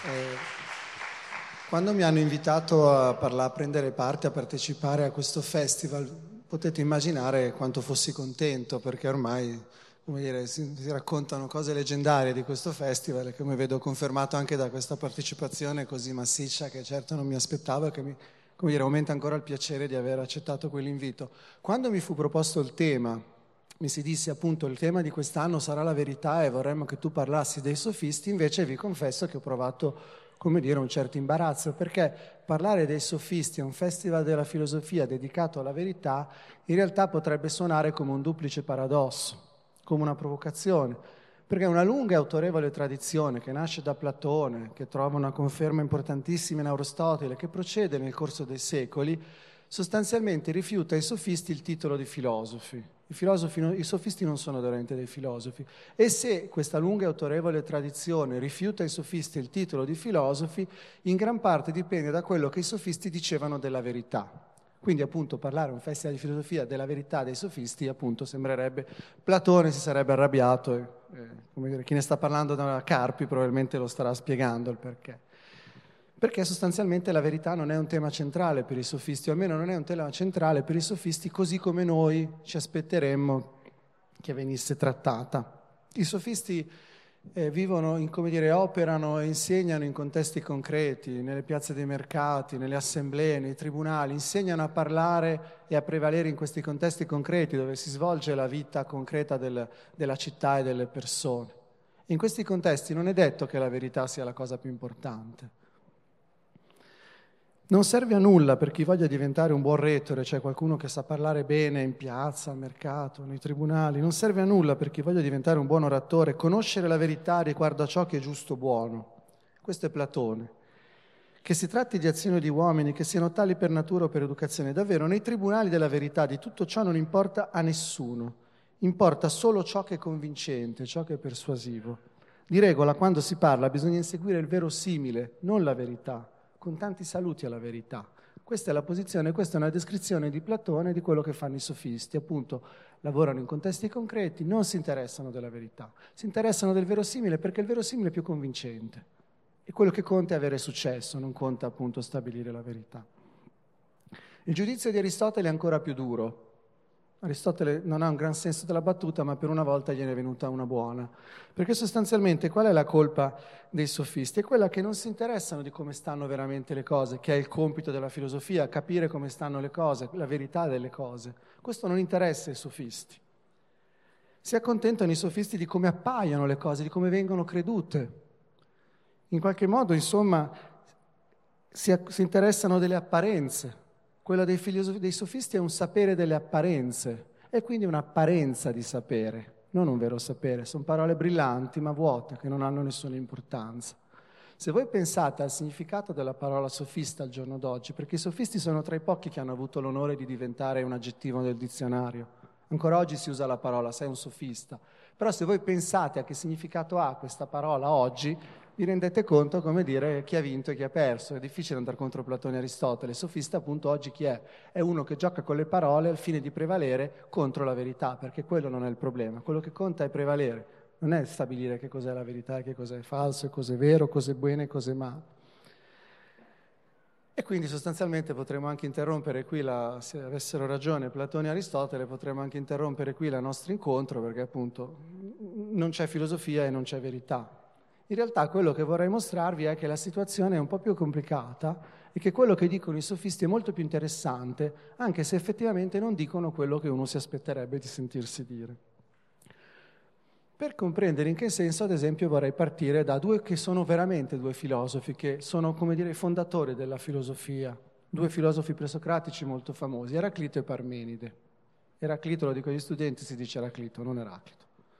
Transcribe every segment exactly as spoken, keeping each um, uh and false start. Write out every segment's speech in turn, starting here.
Eh, quando mi hanno invitato a parlare, a prendere parte, a partecipare a questo festival, potete immaginare quanto fossi contento, perché ormai, come dire, si, si raccontano cose leggendarie di questo festival, e come vedo confermato anche da questa partecipazione così massiccia, che certo non mi aspettavo e che mi, come dire, aumenta ancora il piacere di aver accettato quell'invito. Quando mi fu proposto il tema, mi si disse appunto il tema di quest'anno sarà la verità e vorremmo che tu parlassi dei sofisti, invece vi confesso che ho provato, come dire, un certo imbarazzo, perché parlare dei sofisti a un festival della filosofia dedicato alla verità in realtà potrebbe suonare come un duplice paradosso, come una provocazione, perché una lunga e autorevole tradizione che nasce da Platone, che trova una conferma importantissima in Aristotele, che procede nel corso dei secoli, sostanzialmente rifiuta ai sofisti il titolo di filosofi. I, filosofi, I sofisti non sono veramente dei filosofi. E se questa lunga e autorevole tradizione rifiuta ai sofisti il titolo di filosofi, in gran parte dipende da quello che i sofisti dicevano della verità. Quindi appunto parlare a un festival di filosofia della verità dei sofisti, appunto sembrerebbe, Platone si sarebbe arrabbiato, e, eh, come dire, chi ne sta parlando da Carpi probabilmente lo starà spiegando il perché. Perché sostanzialmente la verità non è un tema centrale per i sofisti, o almeno non è un tema centrale per i sofisti così come noi ci aspetteremmo che venisse trattata. I sofisti eh, vivono, in, come dire, operano e insegnano in contesti concreti, nelle piazze dei mercati, nelle assemblee, nei tribunali, insegnano a parlare e a prevalere in questi contesti concreti dove si svolge la vita concreta del, della città e delle persone. In questi contesti non è detto che la verità sia la cosa più importante. Non serve a nulla per chi voglia diventare un buon retore, cioè qualcuno che sa parlare bene in piazza, al mercato, nei tribunali. Non serve a nulla per chi voglia diventare un buon oratore conoscere la verità riguardo a ciò che è giusto o buono. Questo è Platone. Che si tratti di azioni di uomini, che siano tali per natura o per educazione, davvero nei tribunali della verità di tutto ciò non importa a nessuno. Importa solo ciò che è convincente, ciò che è persuasivo. Di regola, quando si parla, bisogna inseguire il verosimile, non la verità, con tanti saluti alla verità. Questa è la posizione, questa è una descrizione di Platone di quello che fanno i sofisti. Appunto, lavorano in contesti concreti, non si interessano della verità, si interessano del verosimile perché il verosimile è più convincente. E quello che conta è avere successo, non conta appunto stabilire la verità. Il giudizio di Aristotele è ancora più duro. Aristotele non ha un gran senso della battuta, ma per una volta gliene è venuta una buona. Perché sostanzialmente qual è la colpa dei sofisti? È quella che non si interessano di come stanno veramente le cose, che è il compito della filosofia, capire come stanno le cose, la verità delle cose. Questo non interessa ai sofisti. Si accontentano i sofisti di come appaiono le cose, di come vengono credute. In qualche modo, insomma, si, si interessano delle apparenze. Quello dei, filosofi, dei sofisti è un sapere delle apparenze, è quindi un'apparenza di sapere, non un vero sapere. Sono parole brillanti ma vuote, che non hanno nessuna importanza. Se voi pensate al significato della parola sofista al giorno d'oggi, perché i sofisti sono tra i pochi che hanno avuto l'onore di diventare un aggettivo nel dizionario, ancora oggi si usa la parola, sei un sofista, però se voi pensate a che significato ha questa parola oggi, vi rendete conto, come dire, chi ha vinto e chi ha perso. È difficile andare contro Platone e Aristotele. Sofista, appunto, oggi chi è? È uno che gioca con le parole al fine di prevalere contro la verità, perché quello non è il problema. Quello che conta è prevalere, non è stabilire che cos'è la verità, che cos'è falso, cos'è vero, cos'è buono e cos'è male. E quindi sostanzialmente potremmo anche interrompere qui, la, se avessero ragione Platone e Aristotele, potremmo anche interrompere qui il nostro incontro, perché appunto non c'è filosofia e non c'è verità. In realtà quello che vorrei mostrarvi è che la situazione è un po' più complicata e che quello che dicono i sofisti è molto più interessante, anche se effettivamente non dicono quello che uno si aspetterebbe di sentirsi dire. Per comprendere in che senso, ad esempio, vorrei partire da due che sono veramente due filosofi, che sono, come dire, i fondatori della filosofia, due filosofi presocratici molto famosi, Eraclito e Parmenide. Eraclito, lo dico agli studenti, si dice Eraclito, non Eraclito.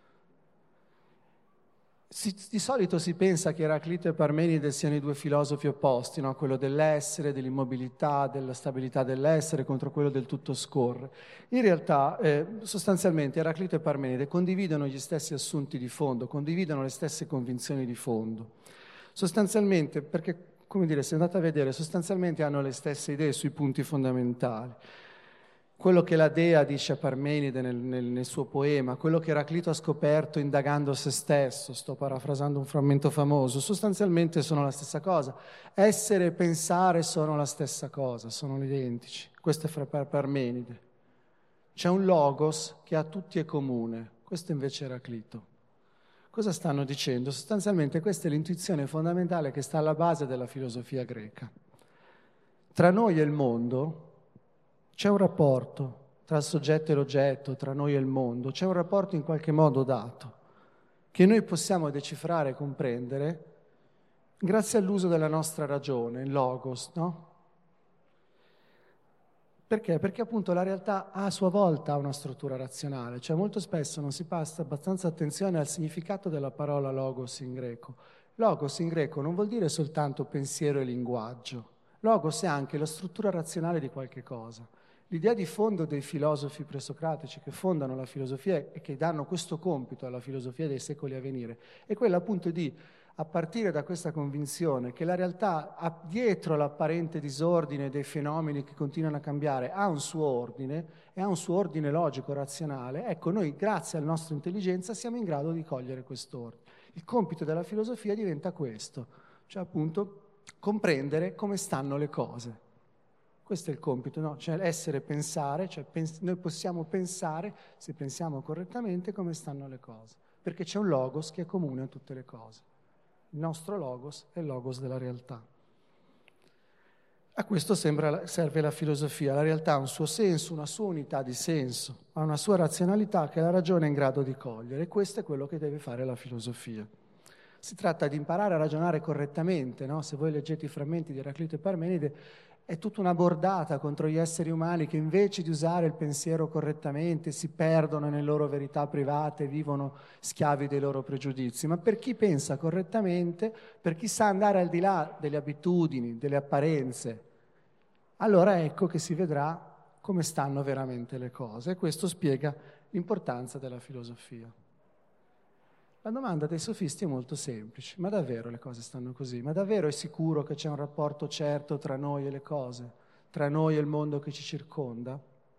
Si, di solito si pensa che Eraclito e Parmenide siano i due filosofi opposti, no? Quello dell'essere, dell'immobilità, della stabilità dell'essere contro quello del tutto scorre. In realtà, eh, sostanzialmente, Eraclito e Parmenide condividono gli stessi assunti di fondo, condividono le stesse convinzioni di fondo. Sostanzialmente, perché, come dire, se andate a vedere, sostanzialmente hanno le stesse idee sui punti fondamentali. quello che la dea dice a Parmenide nel, nel, nel suo poema, quello che Eraclito ha scoperto indagando se stesso, sto parafrasando un frammento famoso, sostanzialmente sono la stessa cosa. Essere e pensare sono la stessa cosa, sono identici. Questo è fra Parmenide. C'è un logos che a tutti è comune, questo invece è Eraclito. Cosa stanno dicendo? Sostanzialmente questa è l'intuizione fondamentale che sta alla base della filosofia greca. Tra noi e il mondo c'è un rapporto, tra il soggetto e l'oggetto, tra noi e il mondo, c'è un rapporto in qualche modo dato, che noi possiamo decifrare e comprendere grazie all'uso della nostra ragione, il logos, no? Perché? Perché appunto la realtà a sua volta ha una struttura razionale, cioè molto spesso non si presta abbastanza attenzione al significato della parola logos in greco. Logos in greco non vuol dire soltanto pensiero e linguaggio, logos è anche la struttura razionale di qualche cosa. L'idea di fondo dei filosofi presocratici che fondano la filosofia e che danno questo compito alla filosofia dei secoli a venire è quella appunto di, a partire da questa convinzione che la realtà ha dietro l'apparente disordine dei fenomeni che continuano a cambiare ha un suo ordine e ha un suo ordine logico, razionale, ecco noi grazie alla nostra intelligenza siamo in grado di cogliere quest'ordine. Il compito della filosofia diventa questo, cioè appunto comprendere come stanno le cose. Questo è il compito, no? Cioè essere pensare, cioè pens- noi possiamo pensare, se pensiamo correttamente, come stanno le cose, perché c'è un logos che è comune a tutte le cose. Il nostro logos è il logos della realtà. A questo sembra, serve la filosofia. La realtà ha un suo senso, una sua unità di senso, ha una sua razionalità che la ragione è in grado di cogliere, e questo è quello che deve fare la filosofia. Si tratta di imparare a ragionare correttamente, no? Se voi leggete i frammenti di Eraclito e Parmenide, è tutta una bordata contro gli esseri umani che invece di usare il pensiero correttamente si perdono nelle loro verità private, vivono schiavi dei loro pregiudizi. Ma per chi pensa correttamente, per chi sa andare al di là delle abitudini, delle apparenze, allora ecco che si vedrà come stanno veramente le cose. E questo spiega l'importanza della filosofia. La domanda dei sofisti è molto semplice. Ma davvero le cose stanno così? Ma davvero è sicuro che c'è un rapporto certo tra noi e le cose? Tra noi e il mondo che ci circonda?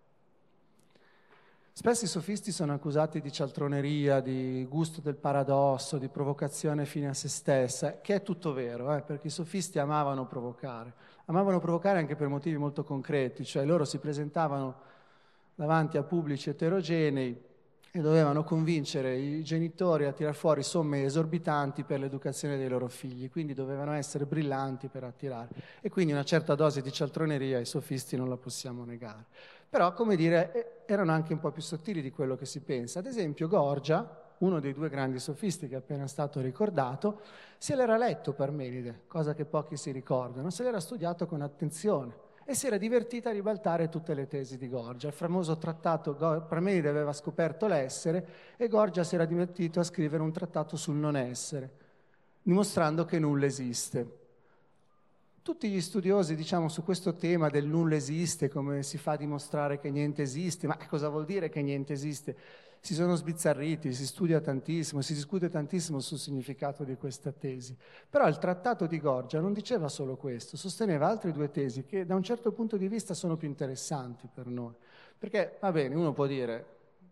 Spesso i sofisti sono accusati di cialtroneria, di gusto del paradosso, di provocazione fine a se stessa, che è tutto vero, eh, perché i sofisti amavano provocare. Amavano provocare anche per motivi molto concreti, cioè loro si presentavano davanti a pubblici eterogenei e dovevano convincere i genitori a tirar fuori somme esorbitanti per l'educazione dei loro figli, quindi dovevano essere brillanti per attirare. E quindi una certa dose di cialtroneria ai sofisti non la possiamo negare. Però, come dire, erano anche un po' più sottili di quello che si pensa. Ad esempio, Gorgia, uno dei due grandi sofisti che è appena stato ricordato, se l'era letto Parmenide, cosa che pochi si ricordano, se l'era studiato con attenzione e si era divertita a ribaltare tutte le tesi di Gorgia. Il famoso trattato, Parmenide aveva scoperto l'essere e Gorgia si era divertito a scrivere un trattato sul non essere, dimostrando che nulla esiste. Tutti gli studiosi, diciamo, su questo tema del nulla esiste, come si fa a dimostrare che niente esiste, ma cosa vuol dire che niente esiste? Si sono sbizzarriti, si studia tantissimo, si discute tantissimo sul significato di questa tesi. Però il trattato di Gorgia non diceva solo questo, sosteneva altre due tesi che da un certo punto di vista sono più interessanti per noi. Perché, va bene, uno può dire,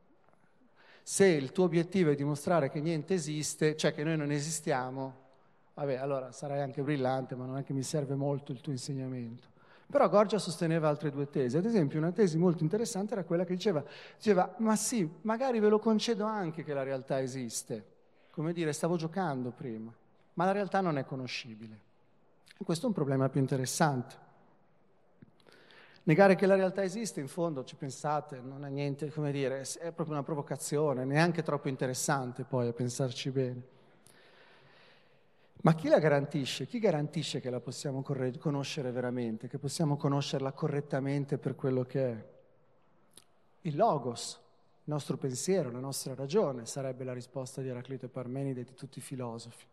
se il tuo obiettivo è dimostrare che niente esiste, cioè che noi non esistiamo, vabbè, allora sarai anche brillante, ma non è che mi serve molto il tuo insegnamento. Però Gorgia sosteneva altre due tesi. Ad esempio, una tesi molto interessante era quella che diceva, diceva, ma sì, magari ve lo concedo anche che la realtà esiste. Come dire, stavo giocando prima, ma la realtà non è conoscibile. E questo è un problema più interessante. Negare che la realtà esiste, in fondo, ci pensate, non è niente, come dire, è proprio una provocazione, neanche troppo interessante poi a pensarci bene. Ma chi la garantisce? Chi garantisce che la possiamo corre- conoscere veramente, che possiamo conoscerla correttamente per quello che è? Il logos, il nostro pensiero, la nostra ragione, sarebbe la risposta di Eraclito e Parmenide e di tutti i filosofi.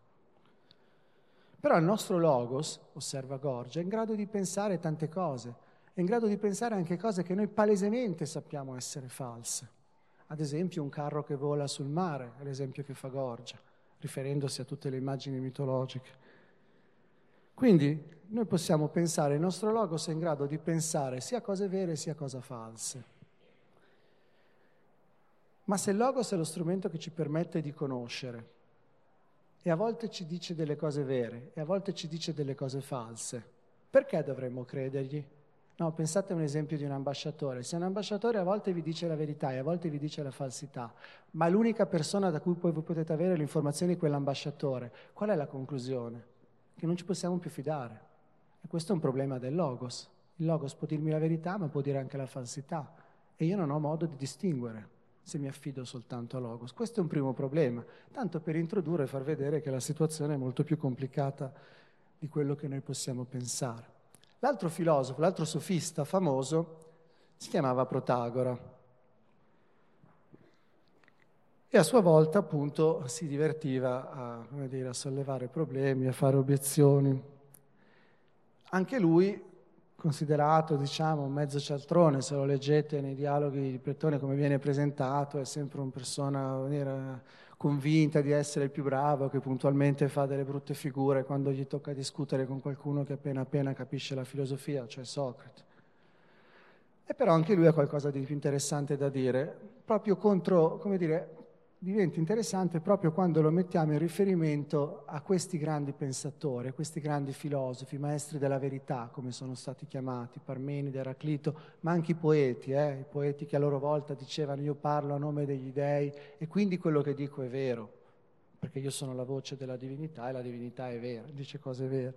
Però il nostro logos, osserva Gorgia, è in grado di pensare tante cose, è in grado di pensare anche cose che noi palesemente sappiamo essere false. Ad esempio un carro che vola sul mare, è l'esempio che fa Gorgia, riferendosi a tutte le immagini mitologiche. Quindi noi possiamo pensare, il nostro logos è in grado di pensare sia cose vere sia cose false. Ma se il logos è lo strumento che ci permette di conoscere, e a volte ci dice delle cose vere, e a volte ci dice delle cose false, perché dovremmo credergli? No, pensate a un esempio di un ambasciatore. Se un ambasciatore a volte vi dice la verità e a volte vi dice la falsità, ma l'unica persona da cui poi voi potete avere le informazioni è quell'ambasciatore, qual è la conclusione? Che non ci possiamo più fidare. E questo è un problema del logos. Il logos può dirmi la verità, ma può dire anche la falsità. E io non ho modo di distinguere se mi affido soltanto a logos. Questo è un primo problema, tanto per introdurre e far vedere che la situazione è molto più complicata di quello che noi possiamo pensare. L'altro filosofo, l'altro sofista famoso si chiamava Protagora e a sua volta appunto si divertiva a, come dire, a sollevare problemi, a fare obiezioni. Anche lui, considerato diciamo un mezzo cialtrone, se lo leggete nei dialoghi di Platone come viene presentato, è sempre una persona era, convinta di essere il più bravo, che puntualmente fa delle brutte figure quando gli tocca discutere con qualcuno che appena appena capisce la filosofia, cioè Socrate. E però anche lui ha qualcosa di più interessante da dire, proprio contro, come dire, diventa interessante proprio quando lo mettiamo in riferimento a questi grandi pensatori, a questi grandi filosofi, maestri della verità, come sono stati chiamati, Parmenide, Eraclito, ma anche i poeti, eh? I poeti che a loro volta dicevano io parlo a nome degli dei e quindi quello che dico è vero, perché io sono la voce della divinità e la divinità è vera, dice cose vere.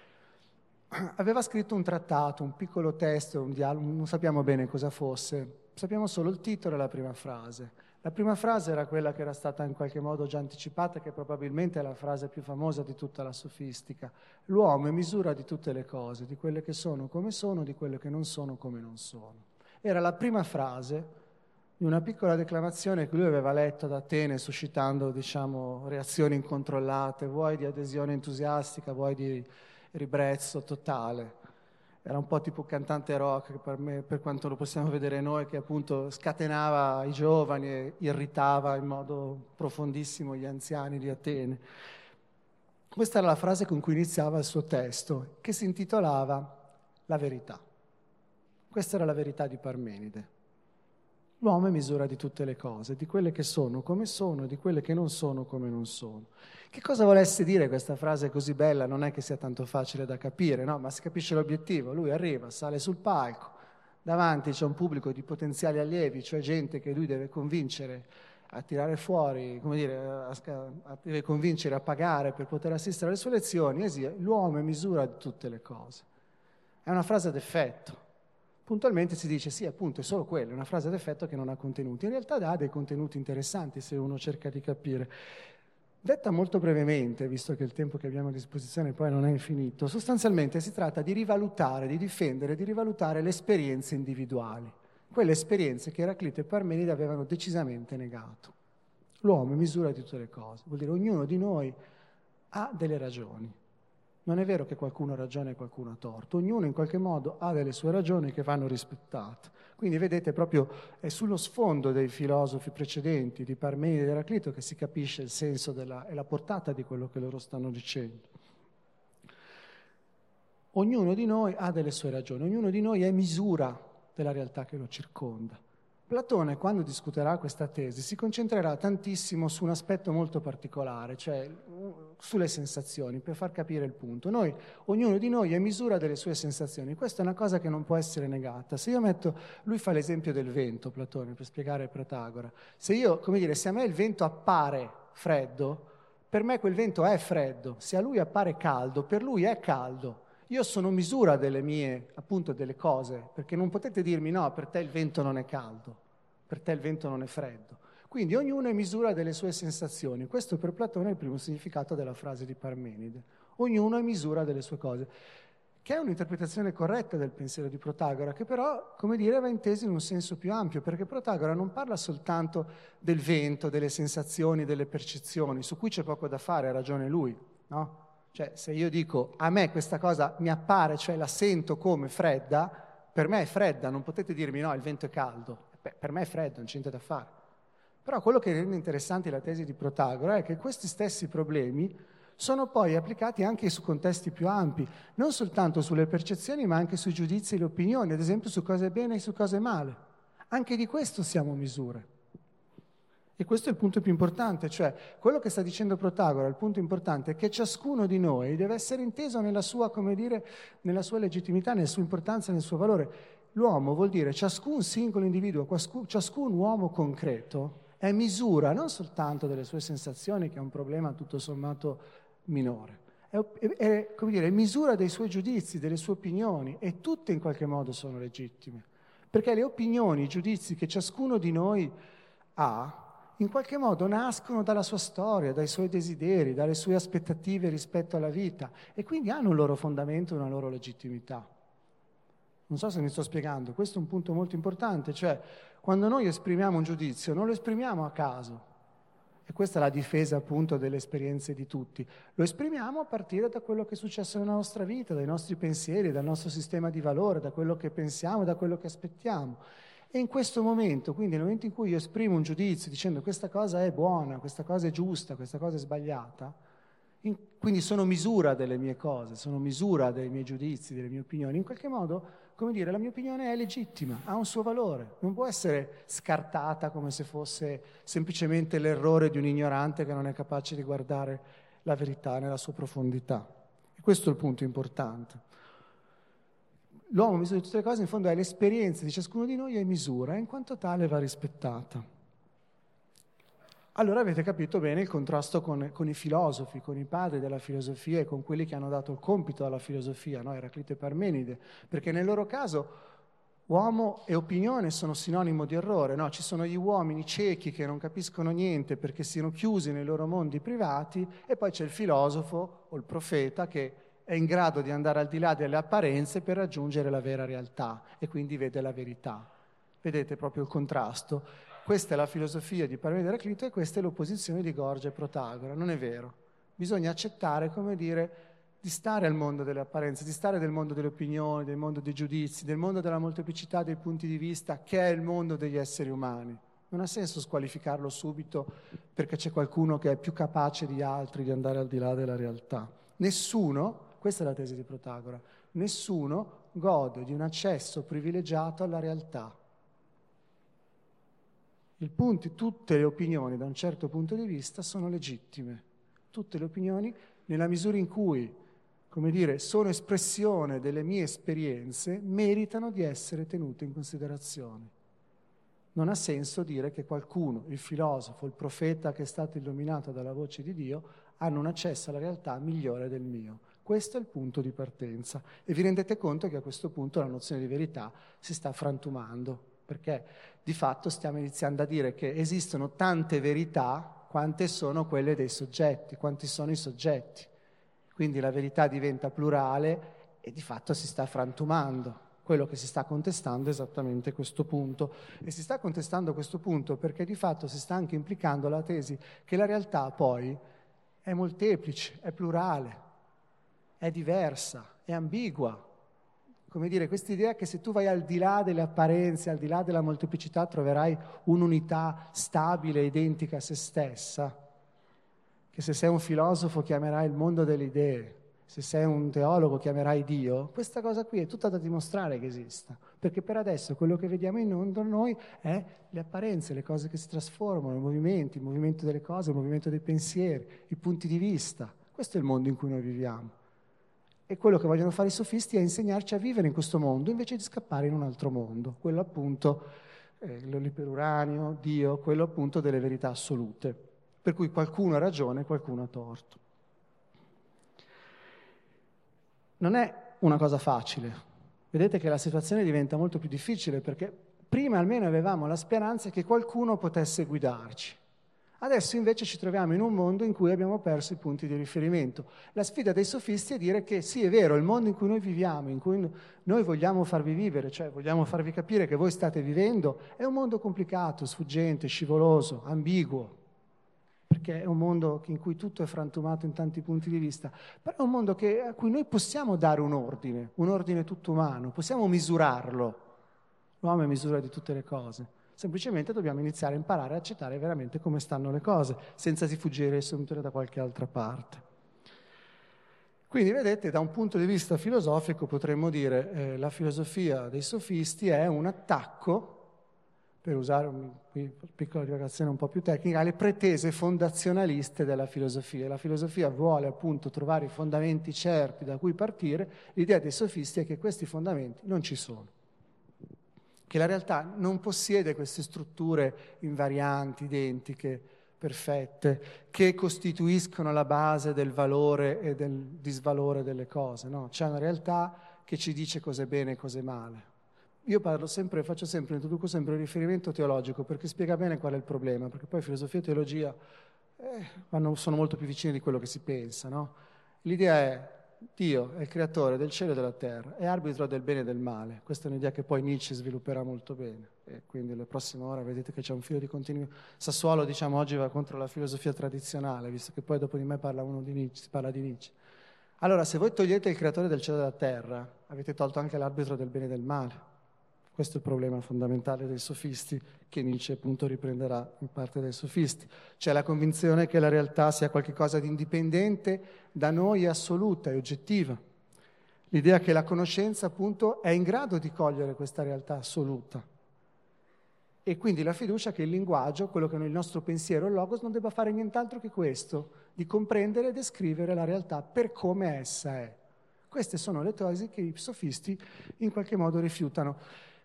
Aveva scritto un trattato, un piccolo testo, un dialogo, non sappiamo bene cosa fosse, sappiamo solo il titolo e la prima frase. La prima frase era quella che era stata in qualche modo già anticipata, che probabilmente è la frase più famosa di tutta la sofistica. L'uomo è misura di tutte le cose, di quelle che sono come sono, di quelle che non sono come non sono. Era la prima frase di una piccola declamazione che lui aveva letto ad Atene, suscitando, diciamo, reazioni incontrollate, vuoi di adesione entusiastica, vuoi di ribrezzo totale. Era un po' tipo cantante rock, per me, per quanto lo possiamo vedere noi, che appunto scatenava i giovani e irritava in modo profondissimo gli anziani di Atene. Questa era la frase con cui iniziava il suo testo, che si intitolava La verità. Questa era la verità di Parmenide. L'uomo è misura di tutte le cose, di quelle che sono come sono, di quelle che non sono come non sono. Che cosa volesse dire questa frase così bella? Non è che sia tanto facile da capire, no? Ma si capisce l'obiettivo. Lui arriva, sale sul palco, davanti c'è un pubblico di potenziali allievi, cioè gente che lui deve convincere a tirare fuori, come dire, a, a, deve convincere a pagare per poter assistere alle sue lezioni. E l'uomo è misura di tutte le cose. È una frase ad effetto. Puntualmente si dice sì, appunto, è solo quello, è una frase ad effetto che non ha contenuti. In realtà dà dei contenuti interessanti se uno cerca di capire. Detta molto brevemente, visto che il tempo che abbiamo a disposizione poi non è infinito, sostanzialmente si tratta di rivalutare, di difendere, di rivalutare le esperienze individuali, quelle esperienze che Eraclito e Parmenide avevano decisamente negato. L'uomo è misura di tutte le cose, vuol dire ognuno di noi ha delle ragioni. Non è vero che qualcuno ha ragione e qualcuno ha torto, ognuno in qualche modo ha delle sue ragioni che vanno rispettate. Quindi vedete proprio è sullo sfondo dei filosofi precedenti, di Parmenide ed Eraclito, che si capisce il senso della, e la portata di quello che loro stanno dicendo. Ognuno di noi ha delle sue ragioni, ognuno di noi è misura della realtà che lo circonda. Platone, quando discuterà questa tesi, si concentrerà tantissimo su un aspetto molto particolare, cioè sulle sensazioni, per far capire il punto. Noi, ognuno di noi è misura delle sue sensazioni, questa è una cosa che non può essere negata. Se io metto, lui fa l'esempio del vento, Platone, per spiegare Protagora. Se io, come dire, se a me il vento appare freddo, per me quel vento è freddo. Se a lui appare caldo, per lui è caldo. Io sono misura delle mie, appunto, delle cose, perché non potete dirmi no, per te il vento non è caldo, per te il vento non è freddo. Quindi ognuno è misura delle sue sensazioni. Questo per Platone è il primo significato della frase di Parmenide. Ognuno è misura delle sue cose, che è un'interpretazione corretta del pensiero di Protagora, che però, come dire, va intesa in un senso più ampio, perché Protagora non parla soltanto del vento, delle sensazioni, delle percezioni, su cui c'è poco da fare, ha ragione lui, no? Cioè, se io dico a me questa cosa mi appare, cioè la sento come fredda, per me è fredda, non potete dirmi no, il vento è caldo. Beh, per me è freddo, non c'è niente da fare. Però quello che rende interessante la tesi di Protagora è che questi stessi problemi sono poi applicati anche su contesti più ampi, non soltanto sulle percezioni, ma anche sui giudizi e le opinioni, ad esempio su cosa è bene e su cosa è male. Anche di questo siamo misure. E questo è il punto più importante, cioè quello che sta dicendo Protagora, il punto importante è che ciascuno di noi deve essere inteso nella sua, come dire, nella sua legittimità, nella sua importanza, nel suo valore. L'uomo vuol dire ciascun singolo individuo, ciascun uomo concreto è misura non soltanto delle sue sensazioni, che è un problema tutto sommato minore, è, è, è, come dire, è misura dei suoi giudizi, delle sue opinioni, e tutte in qualche modo sono legittime, perché le opinioni, i giudizi che ciascuno di noi ha, in qualche modo nascono dalla sua storia, dai suoi desideri, dalle sue aspettative rispetto alla vita, e quindi hanno un loro fondamento, una loro legittimità. Non so se mi sto spiegando, questo è un punto molto importante, cioè quando noi esprimiamo un giudizio non lo esprimiamo a caso, e questa è la difesa appunto delle esperienze di tutti, lo esprimiamo a partire da quello che è successo nella nostra vita, dai nostri pensieri, dal nostro sistema di valore, da quello che pensiamo, da quello che aspettiamo. E in questo momento, quindi nel momento in cui io esprimo un giudizio dicendo questa cosa è buona, questa cosa è giusta, questa cosa è sbagliata, in, quindi sono misura delle mie cose, sono misura dei miei giudizi, delle mie opinioni, in qualche modo, come dire, la mia opinione è legittima, ha un suo valore, non può essere scartata come se fosse semplicemente l'errore di un ignorante che non è capace di guardare la verità nella sua profondità. E questo è il punto importante. L'uomo misura di tutte le cose, in fondo è l'esperienza di ciascuno di noi, è misura, e in quanto tale va rispettata. Allora avete capito bene il contrasto con, con i filosofi, con i padri della filosofia e con quelli che hanno dato il compito alla filosofia, no? Eraclito e Parmenide, perché nel loro caso uomo e opinione sono sinonimo di errore, no? Ci sono gli uomini ciechi che non capiscono niente perché siano chiusi nei loro mondi privati, e poi c'è il filosofo o il profeta che è in grado di andare al di là delle apparenze per raggiungere la vera realtà e quindi vede la verità. Vedete proprio il contrasto? Questa è la filosofia di Parmenide e Eraclito e questa è l'opposizione di Gorgia e Protagora. Non è vero. Bisogna accettare, come dire, di stare al mondo delle apparenze, di stare nel mondo delle opinioni, del mondo dei giudizi, del mondo della molteplicità dei punti di vista, che è il mondo degli esseri umani. Non ha senso squalificarlo subito perché c'è qualcuno che è più capace di altri di andare al di là della realtà. Nessuno, questa è la tesi di Protagora, nessuno gode di un accesso privilegiato alla realtà. Il punto, tutte le opinioni da un certo punto di vista sono legittime, tutte le opinioni nella misura in cui, come dire, sono espressione delle mie esperienze, meritano di essere tenute in considerazione. Non ha senso dire che qualcuno, il filosofo, il profeta che è stato illuminato dalla voce di Dio, hanno un accesso alla realtà migliore del mio. Questo è il punto di partenza e vi rendete conto che a questo punto la nozione di verità si sta frantumando, perché di fatto stiamo iniziando a dire che esistono tante verità quante sono quelle dei soggetti, quanti sono i soggetti. Quindi la verità diventa plurale e di fatto si sta frantumando. Quello che si sta contestando è esattamente questo punto. E si sta contestando questo punto perché di fatto si sta anche implicando la tesi che la realtà poi è molteplice, è plurale, è diversa, è ambigua. Come dire, quest'idea che se tu vai al di là delle apparenze, al di là della molteplicità, troverai un'unità stabile, identica a se stessa, che se sei un filosofo chiamerai il mondo delle idee, se sei un teologo chiamerai Dio, questa cosa qui è tutta da dimostrare che esista, perché per adesso quello che vediamo in noi è le apparenze, le cose che si trasformano, i movimenti, il movimento delle cose, il movimento dei pensieri, i punti di vista. Questo è il mondo in cui noi viviamo. E quello che vogliono fare i sofisti è insegnarci a vivere in questo mondo invece di scappare in un altro mondo, quello appunto, eh, l'iperuranio, Dio, quello appunto delle verità assolute, per cui qualcuno ha ragione e qualcuno ha torto. Non è una cosa facile, vedete che la situazione diventa molto più difficile perché prima almeno avevamo la speranza che qualcuno potesse guidarci. Adesso invece ci troviamo in un mondo in cui abbiamo perso i punti di riferimento. La sfida dei sofisti è dire che sì, è vero, il mondo in cui noi viviamo, in cui noi vogliamo farvi vivere, cioè vogliamo farvi capire che voi state vivendo, è un mondo complicato, sfuggente, scivoloso, ambiguo, perché è un mondo in cui tutto è frantumato in tanti punti di vista, però è un mondo che, a cui noi possiamo dare un ordine, un ordine tutto umano, possiamo misurarlo. L'uomo è misura di tutte le cose. Semplicemente dobbiamo iniziare a imparare a accettare veramente come stanno le cose, senza fuggire sempre da qualche altra parte. Quindi vedete, da un punto di vista filosofico potremmo dire eh, la filosofia dei sofisti è un attacco per usare una piccola divagazione un po' più tecnica, le pretese fondazionaliste della filosofia. La filosofia vuole appunto trovare i fondamenti certi da cui partire, l'idea dei sofisti è che questi fondamenti non ci sono, che la realtà non possiede queste strutture invarianti, identiche, perfette, che costituiscono la base del valore e del disvalore delle cose, no? C'è una realtà che ci dice cos'è bene e cos'è male. Io parlo sempre, faccio sempre, introduco sempre un riferimento teologico perché spiega bene qual è il problema, perché poi filosofia e teologia eh, vanno, sono molto più vicine di quello che si pensa, no? L'idea è Dio è il creatore del cielo e della terra, è arbitro del bene e del male. Questa è un'idea che poi Nietzsche svilupperà molto bene. E quindi le prossime ore vedete che c'è un filo di continuo. Sassuolo, diciamo, oggi va contro la filosofia tradizionale, visto che poi dopo di me parla uno di Nietzsche, si parla di Nietzsche. Allora, se voi togliete il creatore del cielo e della terra, avete tolto anche l'arbitro del bene e del male. Questo è il problema fondamentale dei sofisti, che Nietzsche appunto riprenderà in parte dai sofisti. C'è la convinzione che la realtà sia qualcosa di indipendente da noi, assoluta e oggettiva. L'idea che la conoscenza appunto è in grado di cogliere questa realtà assoluta. E quindi la fiducia che il linguaggio, quello che è il nostro pensiero, il logos, non debba fare nient'altro che questo, di comprendere e descrivere la realtà per come essa è. Queste sono le tesi che i sofisti in qualche modo rifiutano.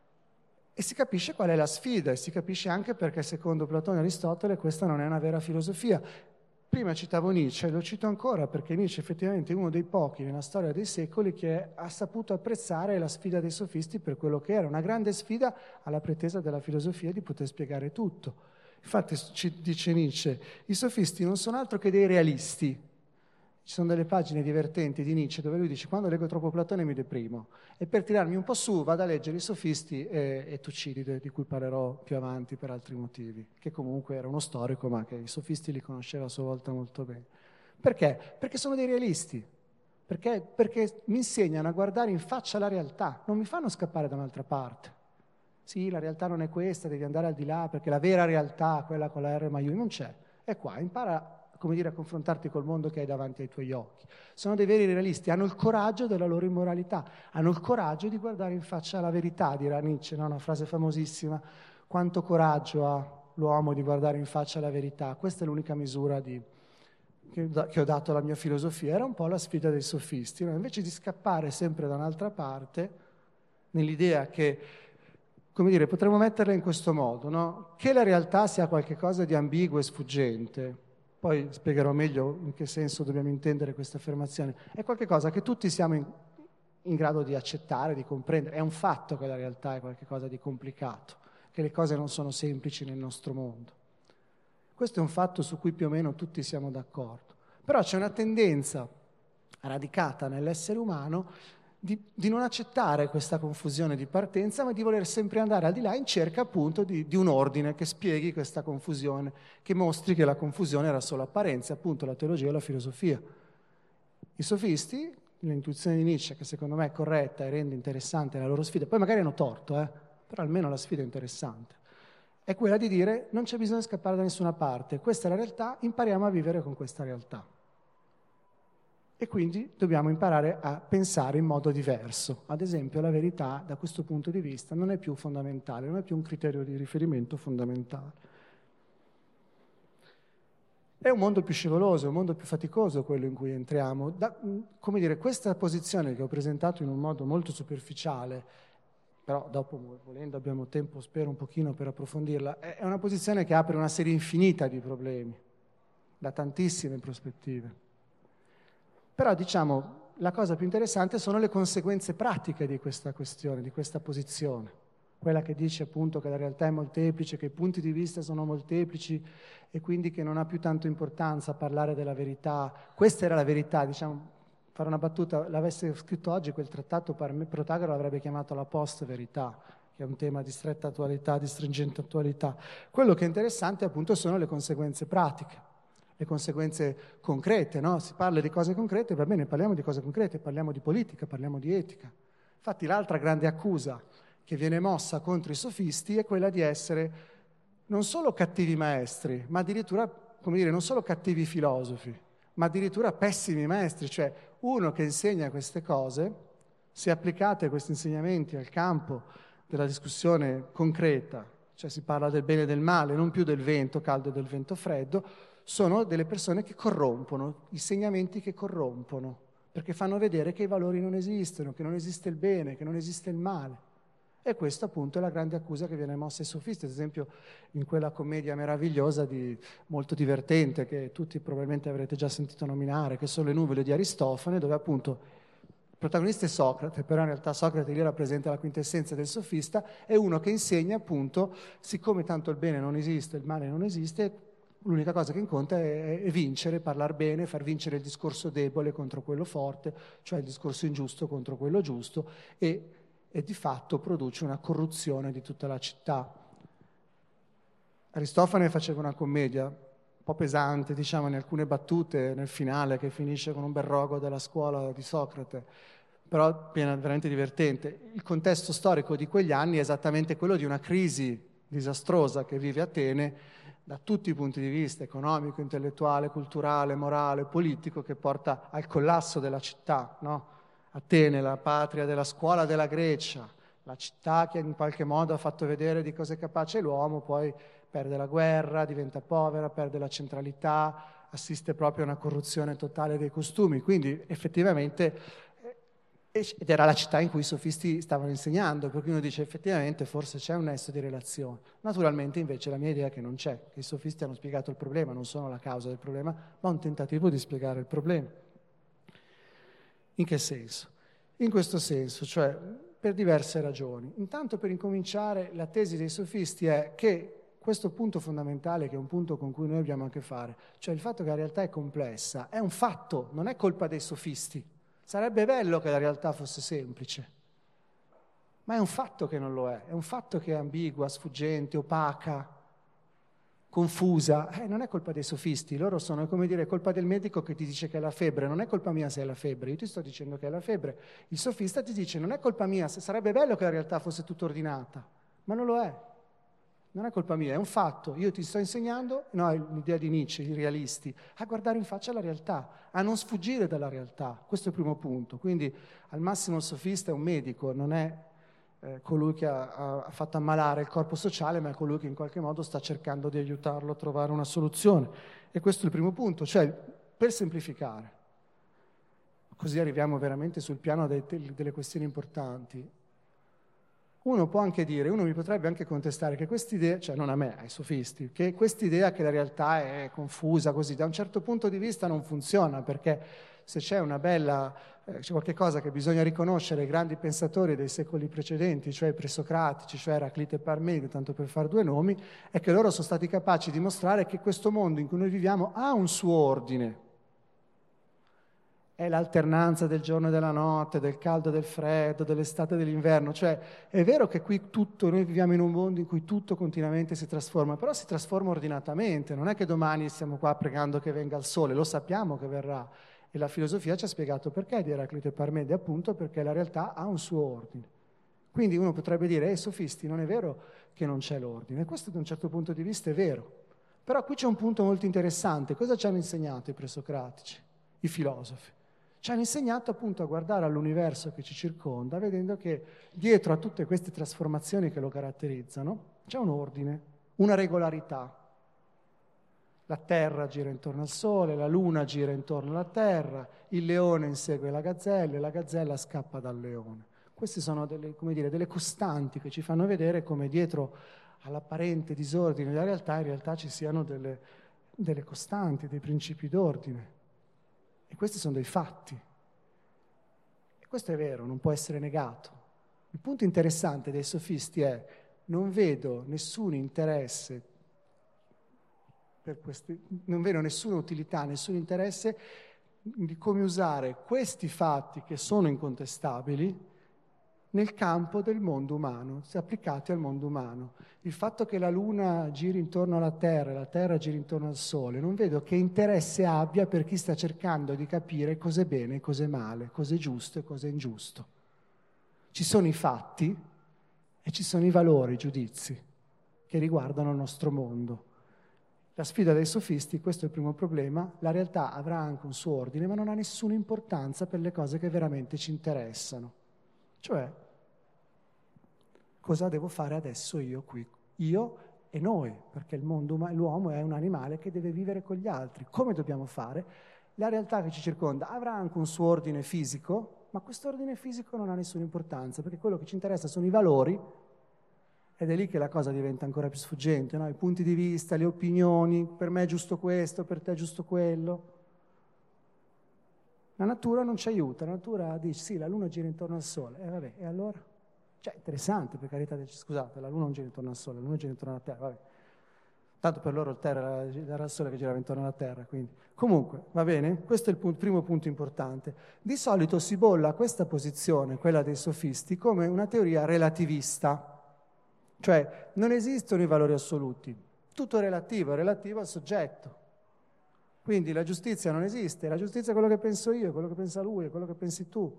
E si capisce qual è la sfida, e si capisce anche perché secondo Platone e Aristotele questa non è una vera filosofia. Prima citavo Nietzsche, lo cito ancora perché Nietzsche effettivamente è uno dei pochi nella storia dei secoli che ha saputo apprezzare la sfida dei sofisti per quello che era, una grande sfida alla pretesa della filosofia di poter spiegare tutto. Infatti ci dice Nietzsche, i sofisti non sono altro che dei realisti. Ci sono delle pagine divertenti di Nietzsche dove lui dice quando leggo troppo Platone mi deprimo e per tirarmi un po' su vado a leggere i sofisti e, e Tucidide, di cui parlerò più avanti per altri motivi, che comunque era uno storico ma che i sofisti li conosceva a sua volta molto bene. Perché? Perché sono dei realisti, perché, perché mi insegnano a guardare in faccia la realtà, non mi fanno scappare da un'altra parte. Sì, la realtà non è questa, devi andare al di là perché la vera realtà, quella con la R maiuscola, non c'è, è qua, impara come dire, a confrontarti col mondo che hai davanti ai tuoi occhi. Sono dei veri realisti, hanno il coraggio della loro immoralità, hanno il coraggio di guardare in faccia la verità, dirà Nietzsche, no? Una frase famosissima, quanto coraggio ha l'uomo di guardare in faccia la verità, questa è l'unica misura di, che, che ho dato alla mia filosofia, era un po' la sfida dei sofisti, no? Invece di scappare sempre da un'altra parte, nell'idea che, come dire, potremmo metterla in questo modo, no? Che la realtà sia qualcosa di ambiguo e sfuggente. Poi spiegherò meglio in che senso dobbiamo intendere questa affermazione. È qualcosa che tutti siamo in, in grado di accettare, di comprendere. È un fatto che la realtà è qualcosa di complicato, che le cose non sono semplici nel nostro mondo. Questo è un fatto su cui più o meno tutti siamo d'accordo. Però c'è una tendenza radicata nell'essere umano Di, di non accettare questa confusione di partenza, ma di voler sempre andare al di là in cerca appunto di, di un ordine che spieghi questa confusione, che mostri che la confusione era solo apparenza, appunto la teologia e la filosofia. I sofisti, l'intuizione di Nietzsche, che secondo me è corretta e rende interessante la loro sfida, poi magari hanno torto, eh, però almeno la sfida è interessante, è quella di dire non c'è bisogno di scappare da nessuna parte, questa è la realtà, impariamo a vivere con questa realtà. E quindi dobbiamo imparare a pensare in modo diverso. Ad esempio, la verità, da questo punto di vista, non è più fondamentale, non è più un criterio di riferimento fondamentale. È un mondo più scivoloso, è un mondo più faticoso quello in cui entriamo. Da, come dire, questa posizione che ho presentato in un modo molto superficiale, però dopo, volendo, abbiamo tempo, spero, un pochino per approfondirla, è una posizione che apre una serie infinita di problemi, da tantissime prospettive. Però, diciamo, la cosa più interessante sono le conseguenze pratiche di questa questione, di questa posizione. Quella che dice appunto che la realtà è molteplice, che i punti di vista sono molteplici e quindi che non ha più tanto importanza parlare della verità. Questa era la verità, diciamo, fare una battuta, l'avesse scritto oggi quel trattato, per me Protagoro l'avrebbe chiamato la post-verità, che è un tema di stretta attualità, di stringente attualità. Quello che è interessante appunto sono le conseguenze pratiche. Le conseguenze concrete, no? Si parla di cose concrete, va bene, parliamo di cose concrete, parliamo di politica, parliamo di etica. Infatti l'altra grande accusa che viene mossa contro i sofisti è quella di essere non solo cattivi maestri, ma addirittura, come dire, non solo cattivi filosofi, ma addirittura pessimi maestri, cioè uno che insegna queste cose, se applicate questi insegnamenti al campo della discussione concreta, cioè si parla del bene e del male, non più del vento caldo e del vento freddo, sono delle persone che corrompono, insegnamenti che corrompono, perché fanno vedere che i valori non esistono, che non esiste il bene, che non esiste il male. E questa appunto è la grande accusa che viene mossa ai sofisti, ad esempio in quella commedia meravigliosa, di, molto divertente, che tutti probabilmente avrete già sentito nominare, che sono Le nuvole di Aristofane, dove appunto il protagonista è Socrate, però in realtà Socrate lì rappresenta la quintessenza del sofista, è uno che insegna appunto, siccome tanto il bene non esiste, il male non esiste, l'unica cosa che conta è, è vincere, parlare bene, far vincere il discorso debole contro quello forte, cioè il discorso ingiusto contro quello giusto, e e di fatto produce una corruzione di tutta la città. Aristofane faceva una commedia un po' pesante, diciamo, in alcune battute, nel finale, che finisce con un bel rogo della scuola di Socrate, però piena, veramente divertente. Il contesto storico di quegli anni è esattamente quello di una crisi disastrosa che vive Atene da tutti i punti di vista, economico, intellettuale, culturale, morale, politico, che porta al collasso della città, no? Atene, la patria della scuola della Grecia, la città che in qualche modo ha fatto vedere di cosa è capace l'uomo, poi perde la guerra, diventa povera, perde la centralità, assiste proprio a una corruzione totale dei costumi. Quindi effettivamente, ed era la città in cui i sofisti stavano insegnando, per cui uno dice effettivamente forse c'è un nesso di relazione. Naturalmente invece la mia idea è che non c'è, che i sofisti hanno spiegato il problema, non sono la causa del problema, ma un tentativo di spiegare il problema. In che senso? In questo senso, cioè per diverse ragioni. Intanto, per incominciare, la tesi dei sofisti è che questo punto fondamentale, che è un punto con cui noi abbiamo a che fare, cioè il fatto che la realtà è complessa, è un fatto, non è colpa dei sofisti. Sarebbe bello che la realtà fosse semplice, ma è un fatto che non lo è, è un fatto che è ambigua, sfuggente, opaca, confusa. Eh, non è colpa dei sofisti, loro sono, come dire, colpa del medico che ti dice che è la febbre, non è colpa mia se è la febbre, io ti sto dicendo che è la febbre. Il sofista ti dice non è colpa mia, se sarebbe bello che la realtà fosse tutta ordinata, ma non lo è. Non è colpa mia, è un fatto. Io ti sto insegnando, no, è l'idea di Nietzsche, i realisti, a guardare in faccia la realtà, a non sfuggire dalla realtà. Questo è il primo punto. Quindi al massimo il sofista è un medico, non è eh, colui che ha, ha fatto ammalare il corpo sociale, ma è colui che in qualche modo sta cercando di aiutarlo a trovare una soluzione. E questo è il primo punto, cioè per semplificare. Così arriviamo veramente sul piano dei, delle questioni importanti. Uno può anche dire, uno mi potrebbe anche contestare che quest'idea, cioè non a me, ai sofisti, che quest'idea che la realtà è confusa così, da un certo punto di vista non funziona, perché se c'è una bella, eh, c'è qualche cosa che bisogna riconoscere ai grandi pensatori dei secoli precedenti, cioè i presocratici, cioè Eraclite e Parmenide, tanto per fare due nomi, è che loro sono stati capaci di dimostrare che questo mondo in cui noi viviamo ha un suo ordine. È l'alternanza del giorno e della notte, del caldo e del freddo, dell'estate e dell'inverno. Cioè, è vero che qui tutto, noi viviamo in un mondo in cui tutto continuamente si trasforma, però si trasforma ordinatamente. Non è che domani stiamo qua pregando che venga il sole, lo sappiamo che verrà. E la filosofia ci ha spiegato perché di Eraclite e Parmenide, appunto perché la realtà ha un suo ordine. Quindi uno potrebbe dire, eh, sofisti, non è vero che non c'è l'ordine. Questo da un certo punto di vista è vero. Però qui c'è un punto molto interessante. Cosa ci hanno insegnato i presocratici, i filosofi? Ci hanno insegnato appunto a guardare all'universo che ci circonda, vedendo che dietro a tutte queste trasformazioni che lo caratterizzano c'è un ordine, una regolarità. La Terra gira intorno al Sole, la Luna gira intorno alla Terra, il leone insegue la gazzella e la gazzella scappa dal leone. Queste sono delle, come dire, delle costanti che ci fanno vedere come dietro all'apparente disordine della realtà in realtà ci siano delle, delle costanti, dei principi d'ordine. E questi sono dei fatti. E questo è vero, non può essere negato. Il punto interessante dei sofisti è non vedo nessun interesse, per questi, non vedo nessuna utilità, nessun interesse di come usare questi fatti che sono incontestabili nel campo del mondo umano, se applicati al mondo umano. Il fatto che la Luna giri intorno alla Terra e la Terra giri intorno al Sole, non vedo che interesse abbia per chi sta cercando di capire cos'è bene e cos'è male, cos'è giusto e cos'è ingiusto. Ci sono i fatti e ci sono i valori, i giudizi che riguardano il nostro mondo. La sfida dei sofisti, questo è il primo problema, la realtà avrà anche un suo ordine, ma non ha nessuna importanza per le cose che veramente ci interessano. Cioè, cosa devo fare adesso io qui io e noi, perché il mondo, l'uomo è un animale che deve vivere con gli altri. Come dobbiamo fare? La realtà che ci circonda avrà anche un suo ordine fisico, ma questo ordine fisico non ha nessuna importanza, perché quello che ci interessa sono i valori, ed è lì che la cosa diventa ancora più sfuggente, no? I punti di vista, le opinioni, per me è giusto questo, per te è giusto quello. La natura non ci aiuta, la natura dice sì, la luna gira intorno al sole, e vabbè, e allora? Cioè, interessante, per carità, scusate, la luna non gira intorno al sole, la luna gira intorno alla terra, vabbè. Tanto per loro il terra era il sole che girava intorno alla terra, quindi. Comunque, va bene? Questo è il punto, primo punto importante. Di solito si bolla questa posizione, quella dei sofisti, come una teoria relativista. Cioè, non esistono i valori assoluti. Tutto è relativo, è relativo al soggetto. Quindi la giustizia non esiste, la giustizia è quello che penso io, è quello che pensa lui, è quello che pensi tu.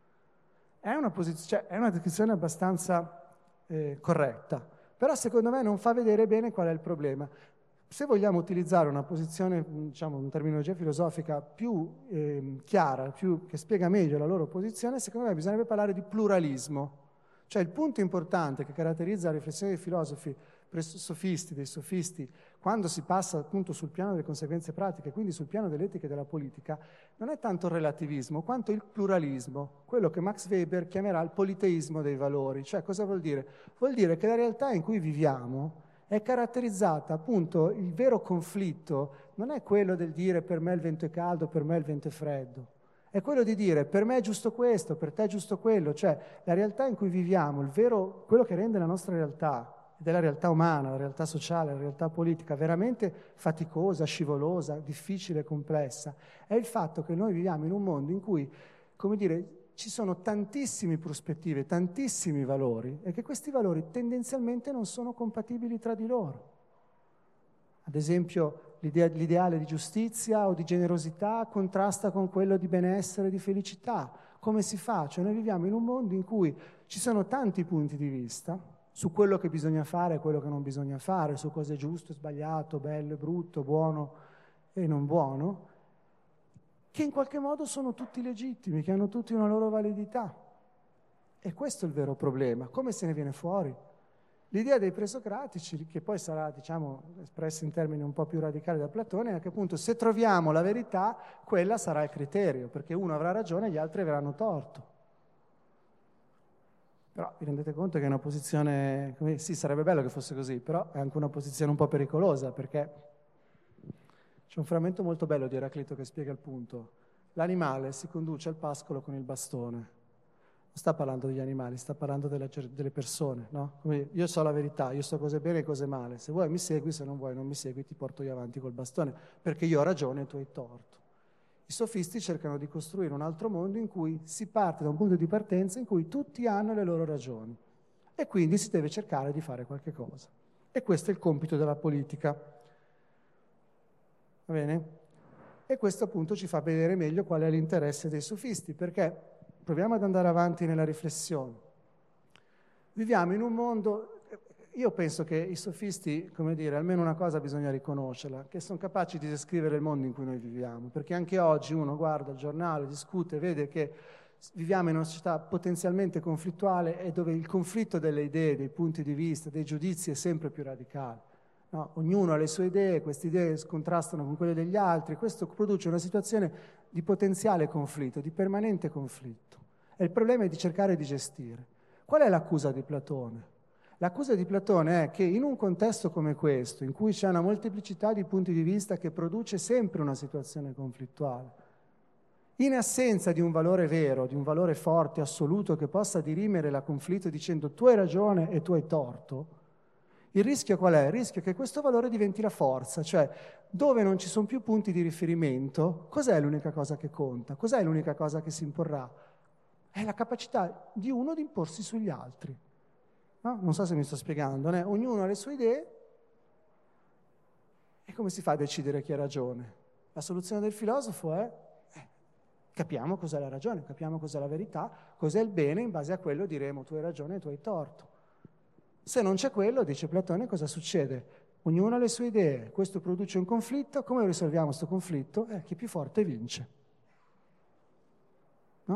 È una, posiz- cioè, è una descrizione abbastanza eh, corretta, però secondo me non fa vedere bene qual è il problema. Se vogliamo utilizzare una posizione, diciamo, una terminologia filosofica più eh, chiara, più, che spiega meglio la loro posizione, secondo me bisognerebbe parlare di pluralismo. Cioè il punto importante che caratterizza la riflessione dei filosofi sofisti, dei sofisti, quando si passa appunto sul piano delle conseguenze pratiche, quindi sul piano dell'etica e della politica, non è tanto il relativismo quanto il pluralismo, quello che Max Weber chiamerà il politeismo dei valori. Cioè cosa vuol dire? Vuol dire che la realtà in cui viviamo è caratterizzata, appunto, il vero conflitto non è quello del dire per me il vento è caldo, per me il vento è freddo. È quello di dire per me è giusto questo, per te è giusto quello, cioè la realtà in cui viviamo, il vero, quello che rende la nostra realtà, della realtà umana, la realtà sociale, la realtà politica, veramente faticosa, scivolosa, difficile, complessa, è il fatto che noi viviamo in un mondo in cui, come dire, ci sono tantissime prospettive, tantissimi valori e che questi valori tendenzialmente non sono compatibili tra di loro. Ad esempio, l'idea, l'ideale di giustizia o di generosità contrasta con quello di benessere e di felicità. Come si fa? Cioè noi viviamo in un mondo in cui ci sono tanti punti di vista su quello che bisogna fare e quello che non bisogna fare, su cosa è giusto e sbagliato, bello e brutto, buono e non buono, che in qualche modo sono tutti legittimi, che hanno tutti una loro validità. E questo è il vero problema. Come se ne viene fuori? L'idea dei presocratici, che poi sarà, diciamo, espressa in termini un po' più radicali da Platone, è che appunto se troviamo la verità, quella sarà il criterio, perché uno avrà ragione e gli altri avranno torto. Però vi rendete conto che è una posizione, come, sì, sarebbe bello che fosse così, però è anche una posizione un po' pericolosa, perché c'è un frammento molto bello di Eraclito che spiega il punto. L'animale si conduce al pascolo con il bastone. Non sta parlando degli animali, sta parlando delle, delle persone, no? Come io so la verità, io so cose bene e cose male. Se vuoi mi segui, se non vuoi non mi segui, ti porto io avanti col bastone, perché io ho ragione e tu hai torto. I sofisti cercano di costruire un altro mondo in cui si parte da un punto di partenza in cui tutti hanno le loro ragioni e quindi si deve cercare di fare qualche cosa. E questo è il compito della politica. Va bene? E questo appunto ci fa vedere meglio qual è l'interesse dei sofisti, perché proviamo ad andare avanti nella riflessione. Viviamo in un mondo, io penso che i sofisti, come dire, almeno una cosa bisogna riconoscerla, che sono capaci di descrivere il mondo in cui noi viviamo, perché anche oggi uno guarda il giornale, discute, vede che viviamo in una società potenzialmente conflittuale e dove il conflitto delle idee, dei punti di vista, dei giudizi è sempre più radicale. No, ognuno ha le sue idee, queste idee contrastano con quelle degli altri, questo produce una situazione di potenziale conflitto, di permanente conflitto. E il problema è di cercare di gestire. Qual è l'accusa di Platone? L'accusa di Platone è che in un contesto come questo, in cui c'è una molteplicità di punti di vista che produce sempre una situazione conflittuale, in assenza di un valore vero, di un valore forte, assoluto, che possa dirimere il conflitto dicendo tu hai ragione e tu hai torto, il rischio qual è? Il rischio è che questo valore diventi la forza, cioè dove non ci sono più punti di riferimento, cos'è l'unica cosa che conta? Cos'è l'unica cosa che si imporrà? È la capacità di uno di imporsi sugli altri. No? Non so se mi sto spiegando, né? Ognuno ha le sue idee e come si fa a decidere chi ha ragione? La soluzione del filosofo è eh, capiamo cos'è la ragione, capiamo cos'è la verità, cos'è il bene, in base a quello diremo tu hai ragione e tu hai torto. Se non c'è quello, dice Platone, cosa succede? Ognuno ha le sue idee, questo produce un conflitto, come risolviamo questo conflitto? Eh, chi è più forte vince. No?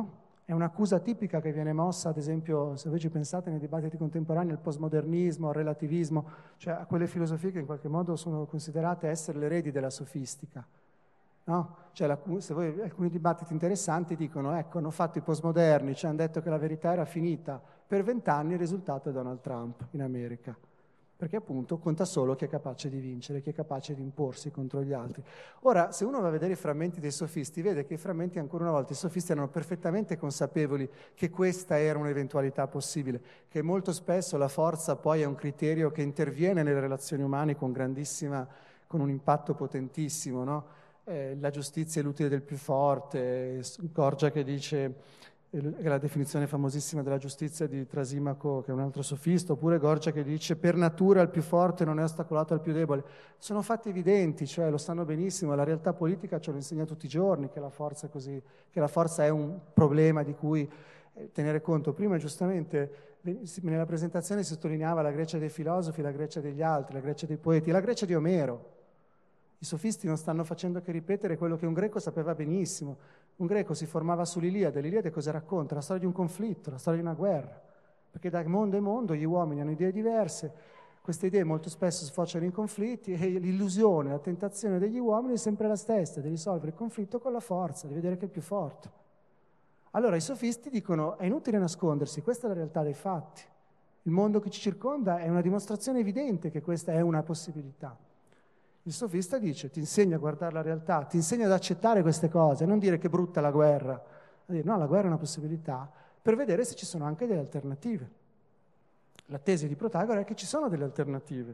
È un'accusa tipica che viene mossa, ad esempio, se voi ci pensate nei dibattiti contemporanei, al postmodernismo, al relativismo, cioè a quelle filosofie che in qualche modo sono considerate essere le eredi della sofistica. No? Cioè, la, se voi, alcuni dibattiti interessanti dicono, ecco, hanno fatto i postmoderni, ci hanno detto che la verità era finita. Per vent'anni il risultato è Donald Trump in America. Perché appunto conta solo chi è capace di vincere, chi è capace di imporsi contro gli altri. Ora, se uno va a vedere i frammenti dei sofisti, vede che i frammenti, ancora una volta, i sofisti erano perfettamente consapevoli che questa era un'eventualità possibile, che molto spesso la forza poi è un criterio che interviene nelle relazioni umane con grandissima, con un impatto potentissimo, no? Eh, la giustizia è l'utile del più forte, Gorgia che dice... la definizione famosissima della giustizia di Trasimaco, che è un altro sofista, oppure Gorgia che dice per natura il più forte non è ostacolato al più debole. Sono fatti evidenti, cioè lo sanno benissimo, la realtà politica ce lo insegna tutti i giorni che la forza è così, che la forza è un problema di cui tenere conto. Prima giustamente nella presentazione si sottolineava la Grecia dei filosofi, la Grecia degli altri, la Grecia dei poeti, la Grecia di Omero. I sofisti non stanno facendo che ripetere quello che un greco sapeva benissimo. Un greco si formava sull'Iliade. L'Iliade cosa racconta? La storia di un conflitto, la storia di una guerra. Perché da mondo in mondo gli uomini hanno idee diverse, queste idee molto spesso sfociano in conflitti e l'illusione, la tentazione degli uomini è sempre la stessa, di risolvere il conflitto con la forza, di vedere che è il più forte. Allora i sofisti dicono è inutile nascondersi, questa è la realtà dei fatti. Il mondo che ci circonda è una dimostrazione evidente che questa è una possibilità. Il sofista dice, ti insegna a guardare la realtà, ti insegna ad accettare queste cose, non dire che brutta la guerra, a dire no, la guerra è una possibilità, per vedere se ci sono anche delle alternative. La tesi di Protagora è che ci sono delle alternative,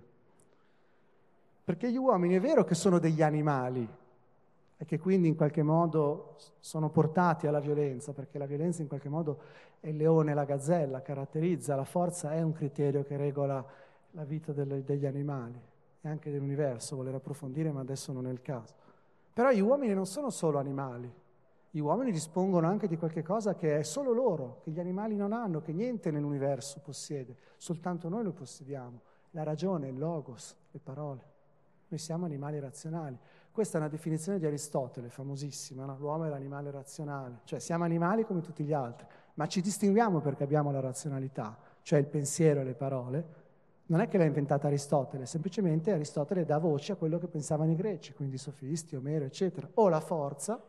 perché gli uomini è vero che sono degli animali e che quindi in qualche modo sono portati alla violenza, perché la violenza in qualche modo è il leone e la gazzella, caratterizza, la forza è un criterio che regola la vita delle, degli animali. E anche dell'universo, voler approfondire, ma adesso non è il caso. Però gli uomini non sono solo animali, gli uomini dispongono anche di qualche cosa che è solo loro, che gli animali non hanno, che niente nell'universo possiede, soltanto noi lo possediamo, la ragione, il logos, le parole. Noi siamo animali razionali. Questa è una definizione di Aristotele, famosissima, no? L'uomo è l'animale razionale, cioè siamo animali come tutti gli altri, ma ci distinguiamo perché abbiamo la razionalità, cioè il pensiero e le parole. Non è che l'ha inventata Aristotele, semplicemente Aristotele dà voce a quello che pensavano i greci, quindi i sofisti, Omero, eccetera. O la forza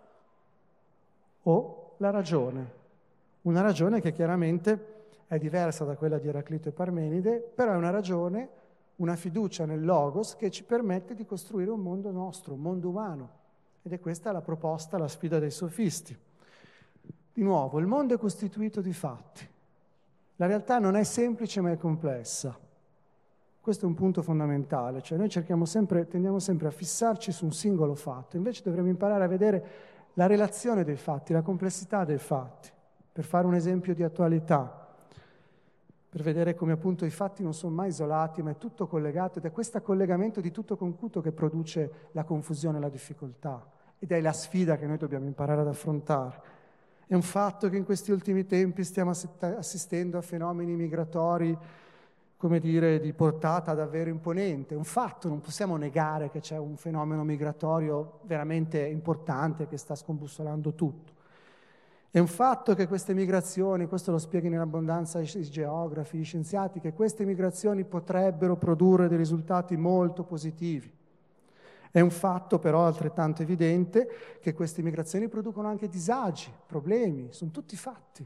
o la ragione. Una ragione che chiaramente è diversa da quella di Eraclito e Parmenide, però è una ragione, una fiducia nel logos che ci permette di costruire un mondo nostro, un mondo umano. Ed è questa la proposta, la sfida dei sofisti. Di nuovo, il mondo è costituito di fatti. La realtà non è semplice ma è complessa. Questo è un punto fondamentale, cioè noi cerchiamo sempre, tendiamo sempre a fissarci su un singolo fatto, invece dovremmo imparare a vedere la relazione dei fatti, la complessità dei fatti, per fare un esempio di attualità, per vedere come appunto i fatti non sono mai isolati, ma è tutto collegato ed è questo collegamento di tutto computo che produce la confusione e la difficoltà ed è la sfida che noi dobbiamo imparare ad affrontare. È un fatto che in questi ultimi tempi stiamo assistendo a fenomeni migratori come dire, di portata davvero imponente. Un fatto, non possiamo negare che c'è un fenomeno migratorio veramente importante che sta scombussolando tutto. È un fatto che queste migrazioni, questo lo spiegano in abbondanza i geografi, gli scienziati, che queste migrazioni potrebbero produrre dei risultati molto positivi. È un fatto però altrettanto evidente che queste migrazioni producono anche disagi, problemi, sono tutti fatti.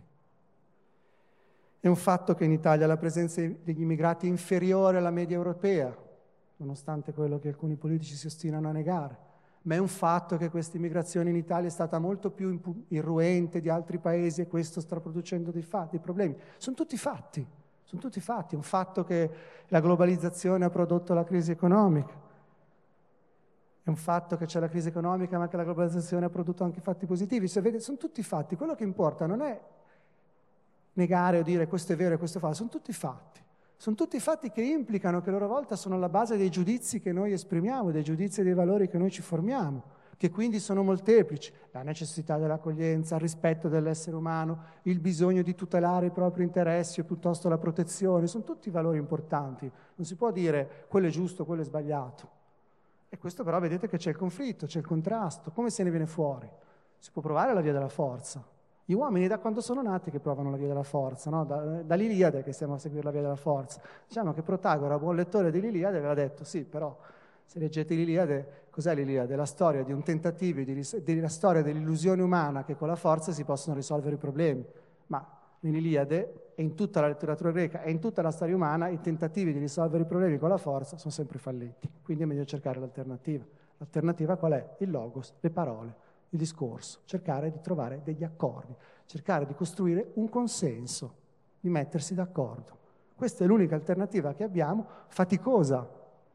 È un fatto che in Italia la presenza degli immigrati è inferiore alla media europea, nonostante quello che alcuni politici si ostinano a negare, ma è un fatto che questa immigrazione in Italia è stata molto più irruente di altri paesi e questo sta producendo dei fatti, dei problemi. Sono tutti fatti, sono tutti fatti. È un fatto che la globalizzazione ha prodotto la crisi economica. È un fatto che c'è la crisi economica, ma che la globalizzazione ha prodotto anche fatti positivi. Cioè, vede, sono tutti fatti. Quello che importa non è negare o dire questo è vero e questo è falso, sono tutti fatti. Sono tutti fatti che implicano, che a loro volta sono alla base dei giudizi che noi esprimiamo, dei giudizi e dei valori che noi ci formiamo, che quindi sono molteplici. La necessità dell'accoglienza, il rispetto dell'essere umano, il bisogno di tutelare i propri interessi o piuttosto la protezione, sono tutti valori importanti. Non si può dire quello è giusto, quello è sbagliato. E questo però vedete che c'è il conflitto, c'è il contrasto. Come se ne viene fuori? Si può provare la via della forza. Gli uomini da quando sono nati che provano la via della forza, no? Da, dall'Iliade che stiamo a seguire la via della forza. Diciamo che Protagora, buon lettore dell'Iliade, aveva detto sì, però se leggete l'Iliade, cos'è l'Iliade? La storia di un tentativo, di, di, la storia dell'illusione umana che con la forza si possono risolvere i problemi. Ma nell'Iliade e in tutta la letteratura greca e in tutta la storia umana i tentativi di risolvere i problemi con la forza sono sempre falliti. Quindi è meglio cercare l'alternativa. L'alternativa qual è? Il logos, le parole, il discorso, cercare di trovare degli accordi, cercare di costruire un consenso, di mettersi d'accordo. Questa è l'unica alternativa che abbiamo, faticosa,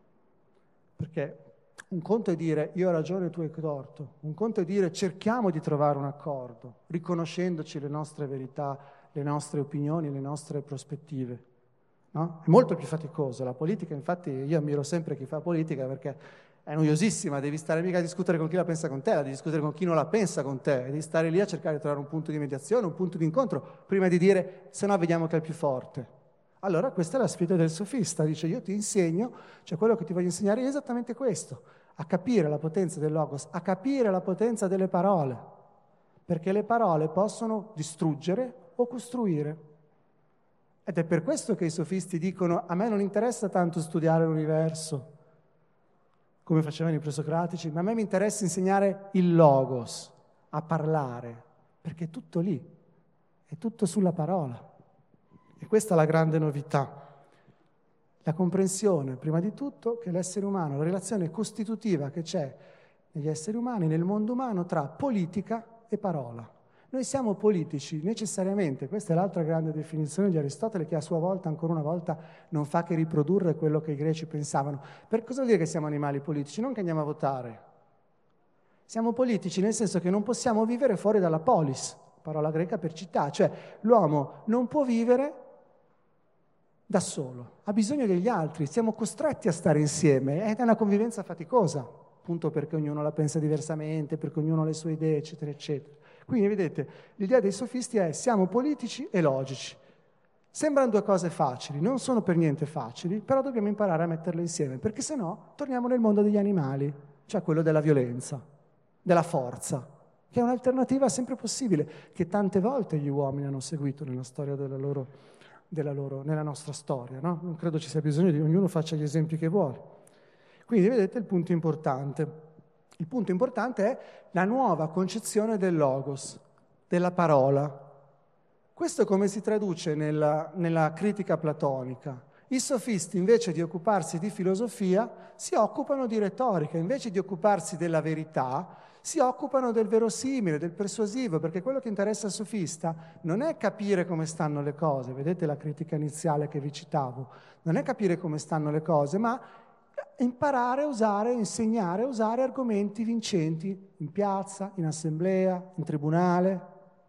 perché un conto è dire io ho ragione, tu hai torto, un conto è dire cerchiamo di trovare un accordo, riconoscendoci le nostre verità, le nostre opinioni, le nostre prospettive. No? È molto più faticoso. La politica, infatti, io ammiro sempre chi fa politica perché è noiosissima, devi stare mica a discutere con chi la pensa con te, la devi discutere con chi non la pensa con te, devi stare lì a cercare di trovare un punto di mediazione, un punto di incontro, prima di dire se no vediamo che è il più forte. Allora questa è la sfida del sofista, dice io ti insegno, cioè quello che ti voglio insegnare è esattamente questo, a capire la potenza del logos, a capire la potenza delle parole, perché le parole possono distruggere o costruire. Ed è per questo che i sofisti dicono a me non interessa tanto studiare l'universo, come facevano i presocratici, ma a me mi interessa insegnare il logos, a parlare, perché è tutto lì, è tutto sulla parola. E questa è la grande novità. La comprensione, prima di tutto, che l'essere umano, la relazione costitutiva che c'è negli esseri umani, nel mondo umano, tra politica e parola. Noi siamo politici necessariamente, questa è l'altra grande definizione di Aristotele che a sua volta, ancora una volta, non fa che riprodurre quello che i greci pensavano. Per cosa vuol dire che siamo animali politici? Non che andiamo a votare. Siamo politici nel senso che non possiamo vivere fuori dalla polis, parola greca per città, cioè l'uomo non può vivere da solo, ha bisogno degli altri, siamo costretti a stare insieme, è una convivenza faticosa, appunto perché ognuno la pensa diversamente, perché ognuno ha le sue idee, eccetera, eccetera. Quindi vedete, l'idea dei sofisti è siamo politici e logici. Sembrano due cose facili, non sono per niente facili, però dobbiamo imparare a metterle insieme, perché se no torniamo nel mondo degli animali, cioè quello della violenza, della forza, che è un'alternativa sempre possibile, che tante volte gli uomini hanno seguito nella storia della loro, della loro, nella nostra storia, no? Non credo ci sia bisogno di ognuno faccia gli esempi che vuole. Quindi vedete il punto importante. Il punto importante è la nuova concezione del logos, della parola. Questo è come si traduce nella, nella critica platonica. I sofisti, invece di occuparsi di filosofia, si occupano di retorica, invece di occuparsi della verità, si occupano del verosimile, del persuasivo, perché quello che interessa al sofista non è capire come stanno le cose, vedete la critica iniziale che vi citavo, non è capire come stanno le cose, ma imparare a usare, insegnare a usare argomenti vincenti in piazza, in assemblea, in tribunale.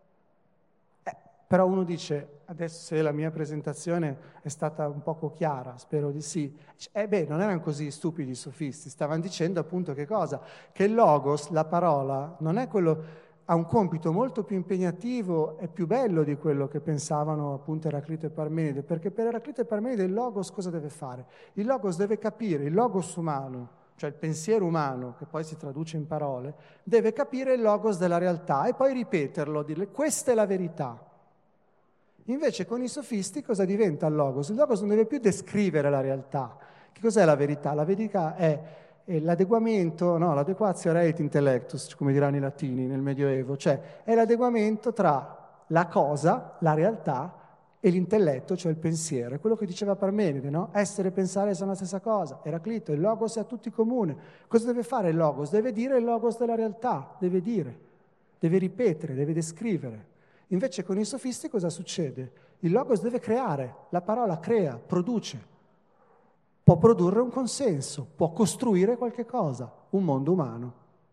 Eh, però uno dice, adesso se la mia presentazione è stata un poco chiara, spero di sì, eh beh, non erano così stupidi i sofisti, stavano dicendo appunto che cosa? Che il logos, la parola, non è quello, ha un compito molto più impegnativo e più bello di quello che pensavano appunto Eraclito e Parmenide, perché per Eraclito e Parmenide il logos cosa deve fare? Il logos deve capire, il logos umano, cioè il pensiero umano, che poi si traduce in parole, deve capire il logos della realtà e poi ripeterlo, dire questa è la verità. Invece con i sofisti cosa diventa il logos? Il logos non deve più descrivere la realtà. Che cos'è la verità? La verità è E l'adeguamento, no, l'adequatio reit intellectus, come diranno i latini nel Medioevo, cioè è l'adeguamento tra la cosa, la realtà, e l'intelletto, cioè il pensiero. È quello che diceva Parmenide, no? Essere e pensare sono la stessa cosa. Eraclito, il logos è a tutti comune. Cosa deve fare il logos? Deve dire il logos della realtà, deve dire, deve ripetere, deve descrivere. Invece con i sofisti cosa succede? Il logos deve creare, la parola crea, produce. Può produrre un consenso, può costruire qualche cosa, un mondo umano.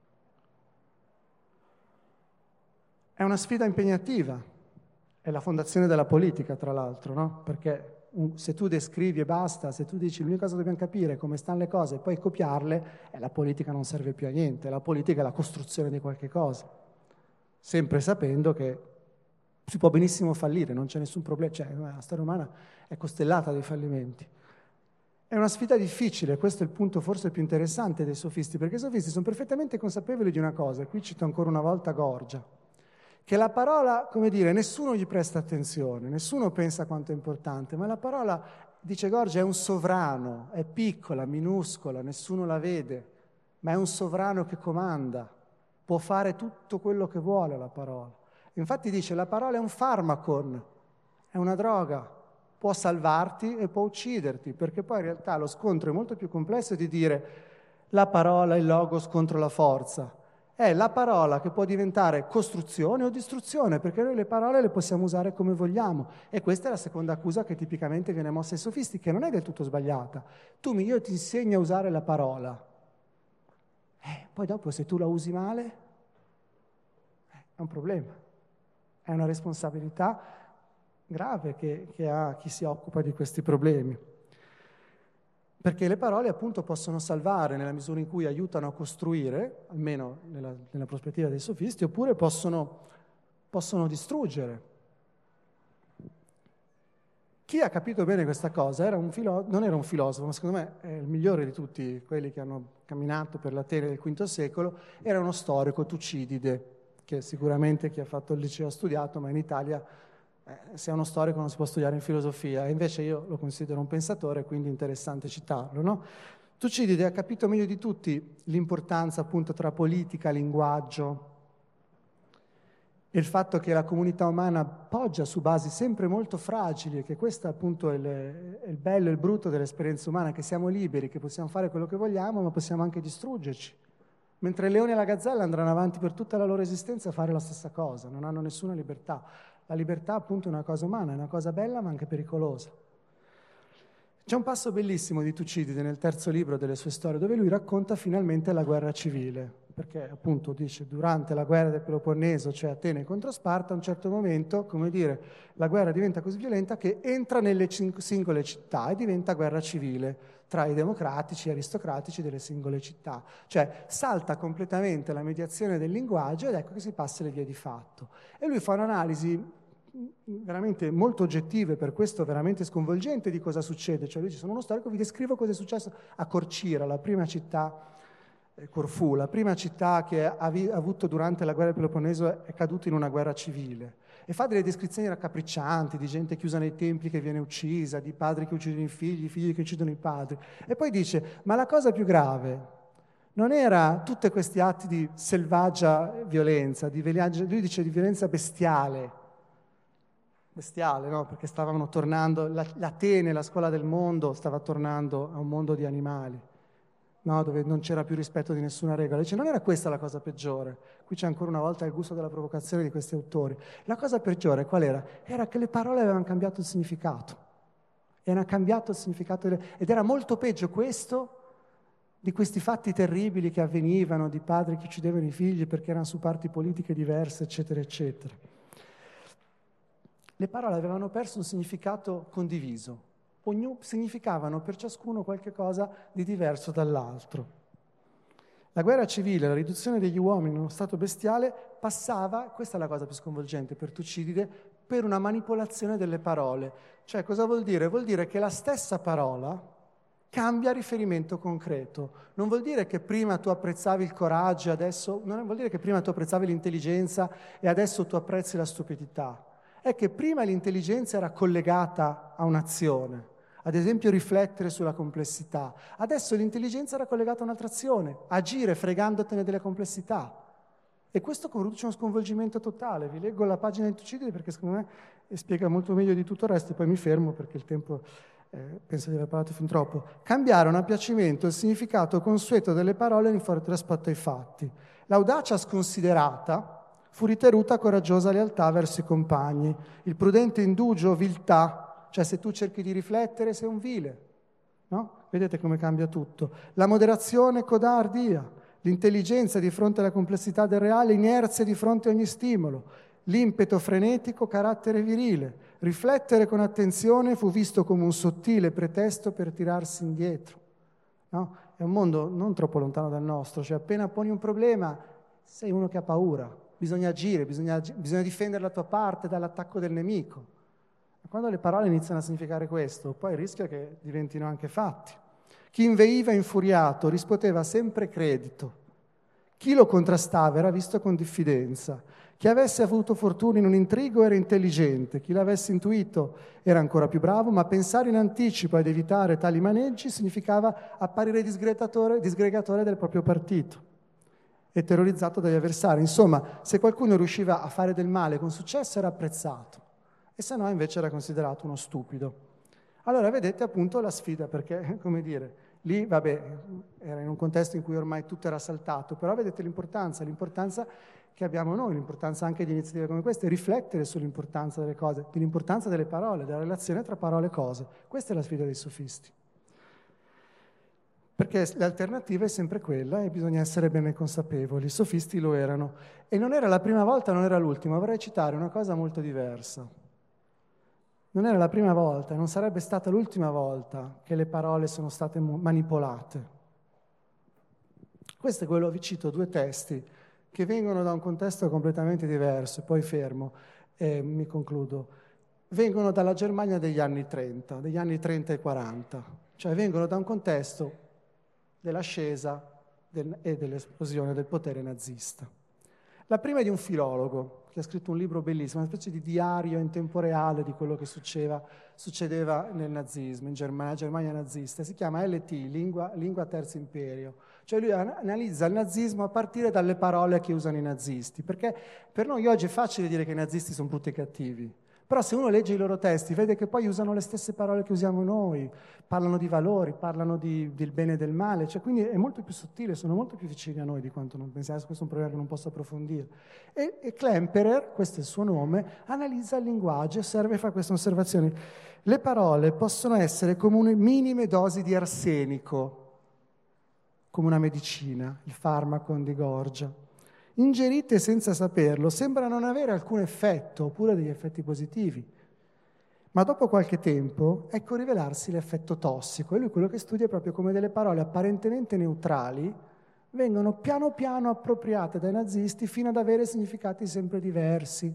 È una sfida impegnativa, è la fondazione della politica, tra l'altro, no? Perché se tu descrivi e basta, se tu dici l'unica cosa che dobbiamo capire è come stanno le cose e poi copiarle, eh, la politica non serve più a niente, la politica è la costruzione di qualche cosa, sempre sapendo che si può benissimo fallire, non c'è nessun problema, cioè la storia umana è costellata dai fallimenti. È una sfida difficile, questo è il punto forse più interessante dei sofisti, perché i sofisti sono perfettamente consapevoli di una cosa, e qui cito ancora una volta Gorgia, che la parola, come dire, nessuno gli presta attenzione, nessuno pensa quanto è importante, ma la parola, dice Gorgia, è un sovrano, è piccola, minuscola, nessuno la vede, ma è un sovrano che comanda, può fare tutto quello che vuole la parola. Infatti dice, la parola è un farmacon, è una droga, può salvarti e può ucciderti, perché poi in realtà lo scontro è molto più complesso di dire la parola, il logos contro la forza. È la parola che può diventare costruzione o distruzione, perché noi le parole le possiamo usare come vogliamo. E questa è la seconda accusa che tipicamente viene mossa ai sofisti, che non è del tutto sbagliata. Tu, io ti insegno a usare la parola. Eh, poi dopo, se tu la usi male, eh, è un problema. È una responsabilità grave che, che ha chi si occupa di questi problemi. Perché le parole appunto possono salvare nella misura in cui aiutano a costruire, almeno nella, nella prospettiva dei sofisti, oppure possono, possono distruggere. Chi ha capito bene questa cosa era un filo- non era un filosofo, ma secondo me è il migliore di tutti quelli che hanno camminato per l'Atene del quinto secolo, era uno storico, Tucidide, che sicuramente chi ha fatto il liceo ha studiato, ma in Italia Eh, se è uno storico non si può studiare in filosofia, e invece io lo considero un pensatore, quindi è interessante citarlo, no? Tucidide ha capito meglio di tutti l'importanza appunto tra politica, linguaggio e il fatto che la comunità umana poggia su basi sempre molto fragili, e che questo appunto è il, è il bello e il brutto dell'esperienza umana, che siamo liberi, che possiamo fare quello che vogliamo, ma possiamo anche distruggerci. Mentre il leone e la gazzella andranno avanti per tutta la loro esistenza a fare la stessa cosa, non hanno nessuna libertà. La libertà appunto è una cosa umana, è una cosa bella ma anche pericolosa. C'è un passo bellissimo di Tucidide nel terzo libro delle sue storie, dove lui racconta finalmente la guerra civile, perché appunto dice durante la guerra del Peloponneso, cioè Atene contro Sparta, a un certo momento, come dire, la guerra diventa così violenta che entra nelle cin- singole città e diventa guerra civile tra i democratici e aristocratici delle singole città. Cioè salta completamente la mediazione del linguaggio ed ecco che si passa le vie di fatto. E lui fa un'analisi veramente molto oggettive, per questo veramente sconvolgente, di cosa succede. Cioè lui dice, sono uno storico, vi descrivo cosa è successo a Corcira, la prima città, eh, Corfù, la prima città che ha, vi- ha avuto durante la guerra del Peloponneso, è caduta in una guerra civile. E fa delle descrizioni raccapriccianti di gente chiusa nei templi che viene uccisa, di padri che uccidono i figli, figli che uccidono i padri. E poi dice, ma la cosa più grave non era tutti questi atti di selvaggia violenza, di violenza, lui dice di violenza bestiale, bestiale, no? Perché stavano tornando, la- l'Atene, la scuola del mondo, stava tornando a un mondo di animali, no? Dove non c'era più rispetto di nessuna regola. Dice, non era questa la cosa peggiore. Qui c'è ancora una volta il gusto della provocazione di questi autori. La cosa peggiore qual era? Era che le parole avevano cambiato il significato. Era cambiato il significato delle... ed era molto peggio questo di questi fatti terribili che avvenivano, di padri che uccidevano i figli perché erano su parti politiche diverse, eccetera, eccetera. Le parole avevano perso un significato condiviso, ognuno significavano per ciascuno qualche cosa di diverso dall'altro. La guerra civile, la riduzione degli uomini in uno stato bestiale passava, questa è la cosa più sconvolgente per Tucidide, per una manipolazione delle parole. Cioè, cosa vuol dire? Vuol dire che la stessa parola cambia riferimento concreto. Non vuol dire che prima tu apprezzavi il coraggio, adesso non vuol dire che prima tu apprezzavi l'intelligenza e adesso tu apprezzi la stupidità. È che prima l'intelligenza era collegata a un'azione, ad esempio riflettere sulla complessità. Adesso l'intelligenza era collegata a un'altra azione, agire fregandotene delle complessità. E questo produce uno sconvolgimento totale. Vi leggo la pagina di Tucidide perché secondo me spiega molto meglio di tutto il resto, e poi mi fermo perché il tempo eh, penso di aver parlato fin troppo. Cambiarono a piacimento il significato consueto delle parole in forte rispetto ai fatti. L'audacia sconsiderata fu ritenuta coraggiosa lealtà verso i compagni, il prudente indugio viltà. Cioè se tu cerchi di riflettere sei un vile, no? Vedete come cambia tutto. La moderazione codardia, l'intelligenza di fronte alla complessità del reale, inerzia di fronte a ogni stimolo, l'impeto frenetico, carattere virile. Riflettere con attenzione fu visto come un sottile pretesto per tirarsi indietro, no? È un mondo non troppo lontano dal nostro, cioè appena poni un problema sei uno che ha paura, bisogna agire, bisogna, bisogna difendere la tua parte dall'attacco del nemico. Quando le parole iniziano a significare questo, poi rischia che diventino anche fatti. Chi inveiva infuriato rispondeva sempre credito. Chi lo contrastava era visto con diffidenza. Chi avesse avuto fortuna in un intrigo era intelligente, chi l'avesse intuito era ancora più bravo, ma pensare in anticipo ed evitare tali maneggi significava apparire disgregatore, disgregatore del proprio partito e terrorizzato dagli avversari. Insomma, se qualcuno riusciva a fare del male con successo era apprezzato, e se no invece era considerato uno stupido. Allora vedete appunto la sfida, perché, come dire, lì, vabbè, era in un contesto in cui ormai tutto era saltato, però vedete l'importanza, l'importanza che abbiamo noi, l'importanza anche di iniziative come queste, riflettere sull'importanza delle cose, dell'importanza delle parole, della relazione tra parole e cose. Questa è la sfida dei sofisti. Perché l'alternativa è sempre quella e bisogna essere bene consapevoli. I sofisti lo erano. E non era la prima volta, non era l'ultima. Vorrei citare una cosa molto diversa. Non era la prima volta, non sarebbe stata l'ultima volta che le parole sono state manipolate. Questo è quello, vi cito due testi che vengono da un contesto completamente diverso, poi fermo e mi concludo. Vengono dalla Germania degli anni trenta, degli anni trenta e quaranta, cioè vengono da un contesto dell'ascesa del, e dell'esplosione del potere nazista. La prima è di un filologo che ha scritto un libro bellissimo, una specie di diario in tempo reale di quello che succedeva, succedeva nel nazismo, in Germania, Germania nazista. Si chiama L T, Lingua, Lingua Terzo Imperio. Cioè lui analizza il nazismo a partire dalle parole che usano i nazisti, perché per noi oggi è facile dire che i nazisti sono brutti e cattivi, però se uno legge i loro testi vede che poi usano le stesse parole che usiamo noi, parlano di valori, parlano di, del bene e del male, cioè quindi è molto più sottile, sono molto più vicini a noi di quanto non pensiamo. Questo è un problema che non posso approfondire. E, e Klemperer, questo è il suo nome, analizza il linguaggio, osserva e fa queste osservazioni. Le parole possono essere come una minime dosi di arsenico, come una medicina, il farmaco di Gorgia. Ingerite senza saperlo, sembra non avere alcun effetto, oppure degli effetti positivi. Ma dopo qualche tempo, ecco rivelarsi l'effetto tossico. E lui quello che studia è proprio come delle parole apparentemente neutrali vengono piano piano appropriate dai nazisti fino ad avere significati sempre diversi.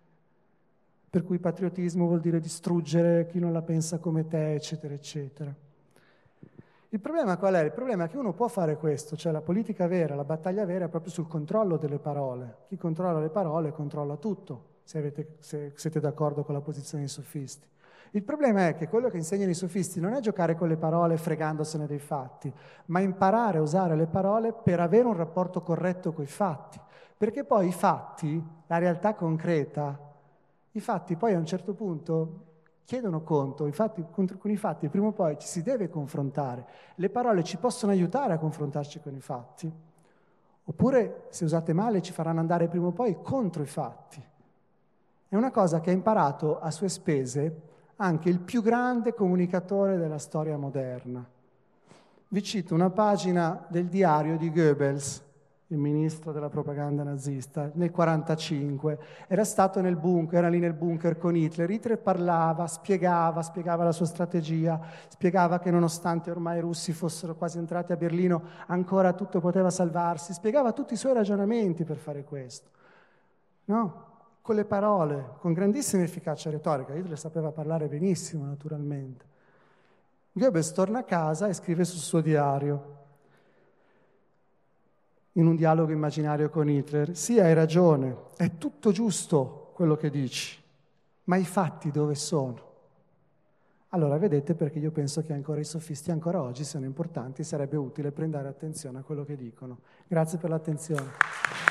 Per cui patriottismo vuol dire distruggere chi non la pensa come te, eccetera, eccetera. Il problema qual è? Il problema è che uno può fare questo, cioè la politica vera, la battaglia vera è proprio sul controllo delle parole. Chi controlla le parole controlla tutto, se, avete, se siete d'accordo con la posizione dei sofisti. Il problema è che quello che insegnano i sofisti non è giocare con le parole fregandosene dei fatti, ma imparare a usare le parole per avere un rapporto corretto coi fatti. Perché poi i fatti, la realtà concreta, i fatti poi a un certo punto chiedono conto, infatti con i fatti prima o poi ci si deve confrontare. Le parole ci possono aiutare a confrontarci con i fatti, oppure se usate male ci faranno andare prima o poi contro i fatti. È una cosa che ha imparato a sue spese anche il più grande comunicatore della storia moderna. Vi cito una pagina del diario di Goebbels, il ministro della propaganda nazista, nel quarantacinque, era stato nel bunker, era lì nel bunker con Hitler. Hitler parlava, spiegava, spiegava la sua strategia, spiegava che nonostante ormai i russi fossero quasi entrati a Berlino, ancora tutto poteva salvarsi, spiegava tutti i suoi ragionamenti per fare questo. No? Con le parole, con grandissima efficacia retorica. Hitler sapeva parlare benissimo, naturalmente. Goebbels torna a casa e scrive sul suo diario, in un dialogo immaginario con Hitler: sì, hai ragione, è tutto giusto quello che dici, ma i fatti dove sono? Allora vedete perché io penso che ancora i sofisti ancora oggi siano importanti e sarebbe utile prendere attenzione a quello che dicono. Grazie per l'attenzione.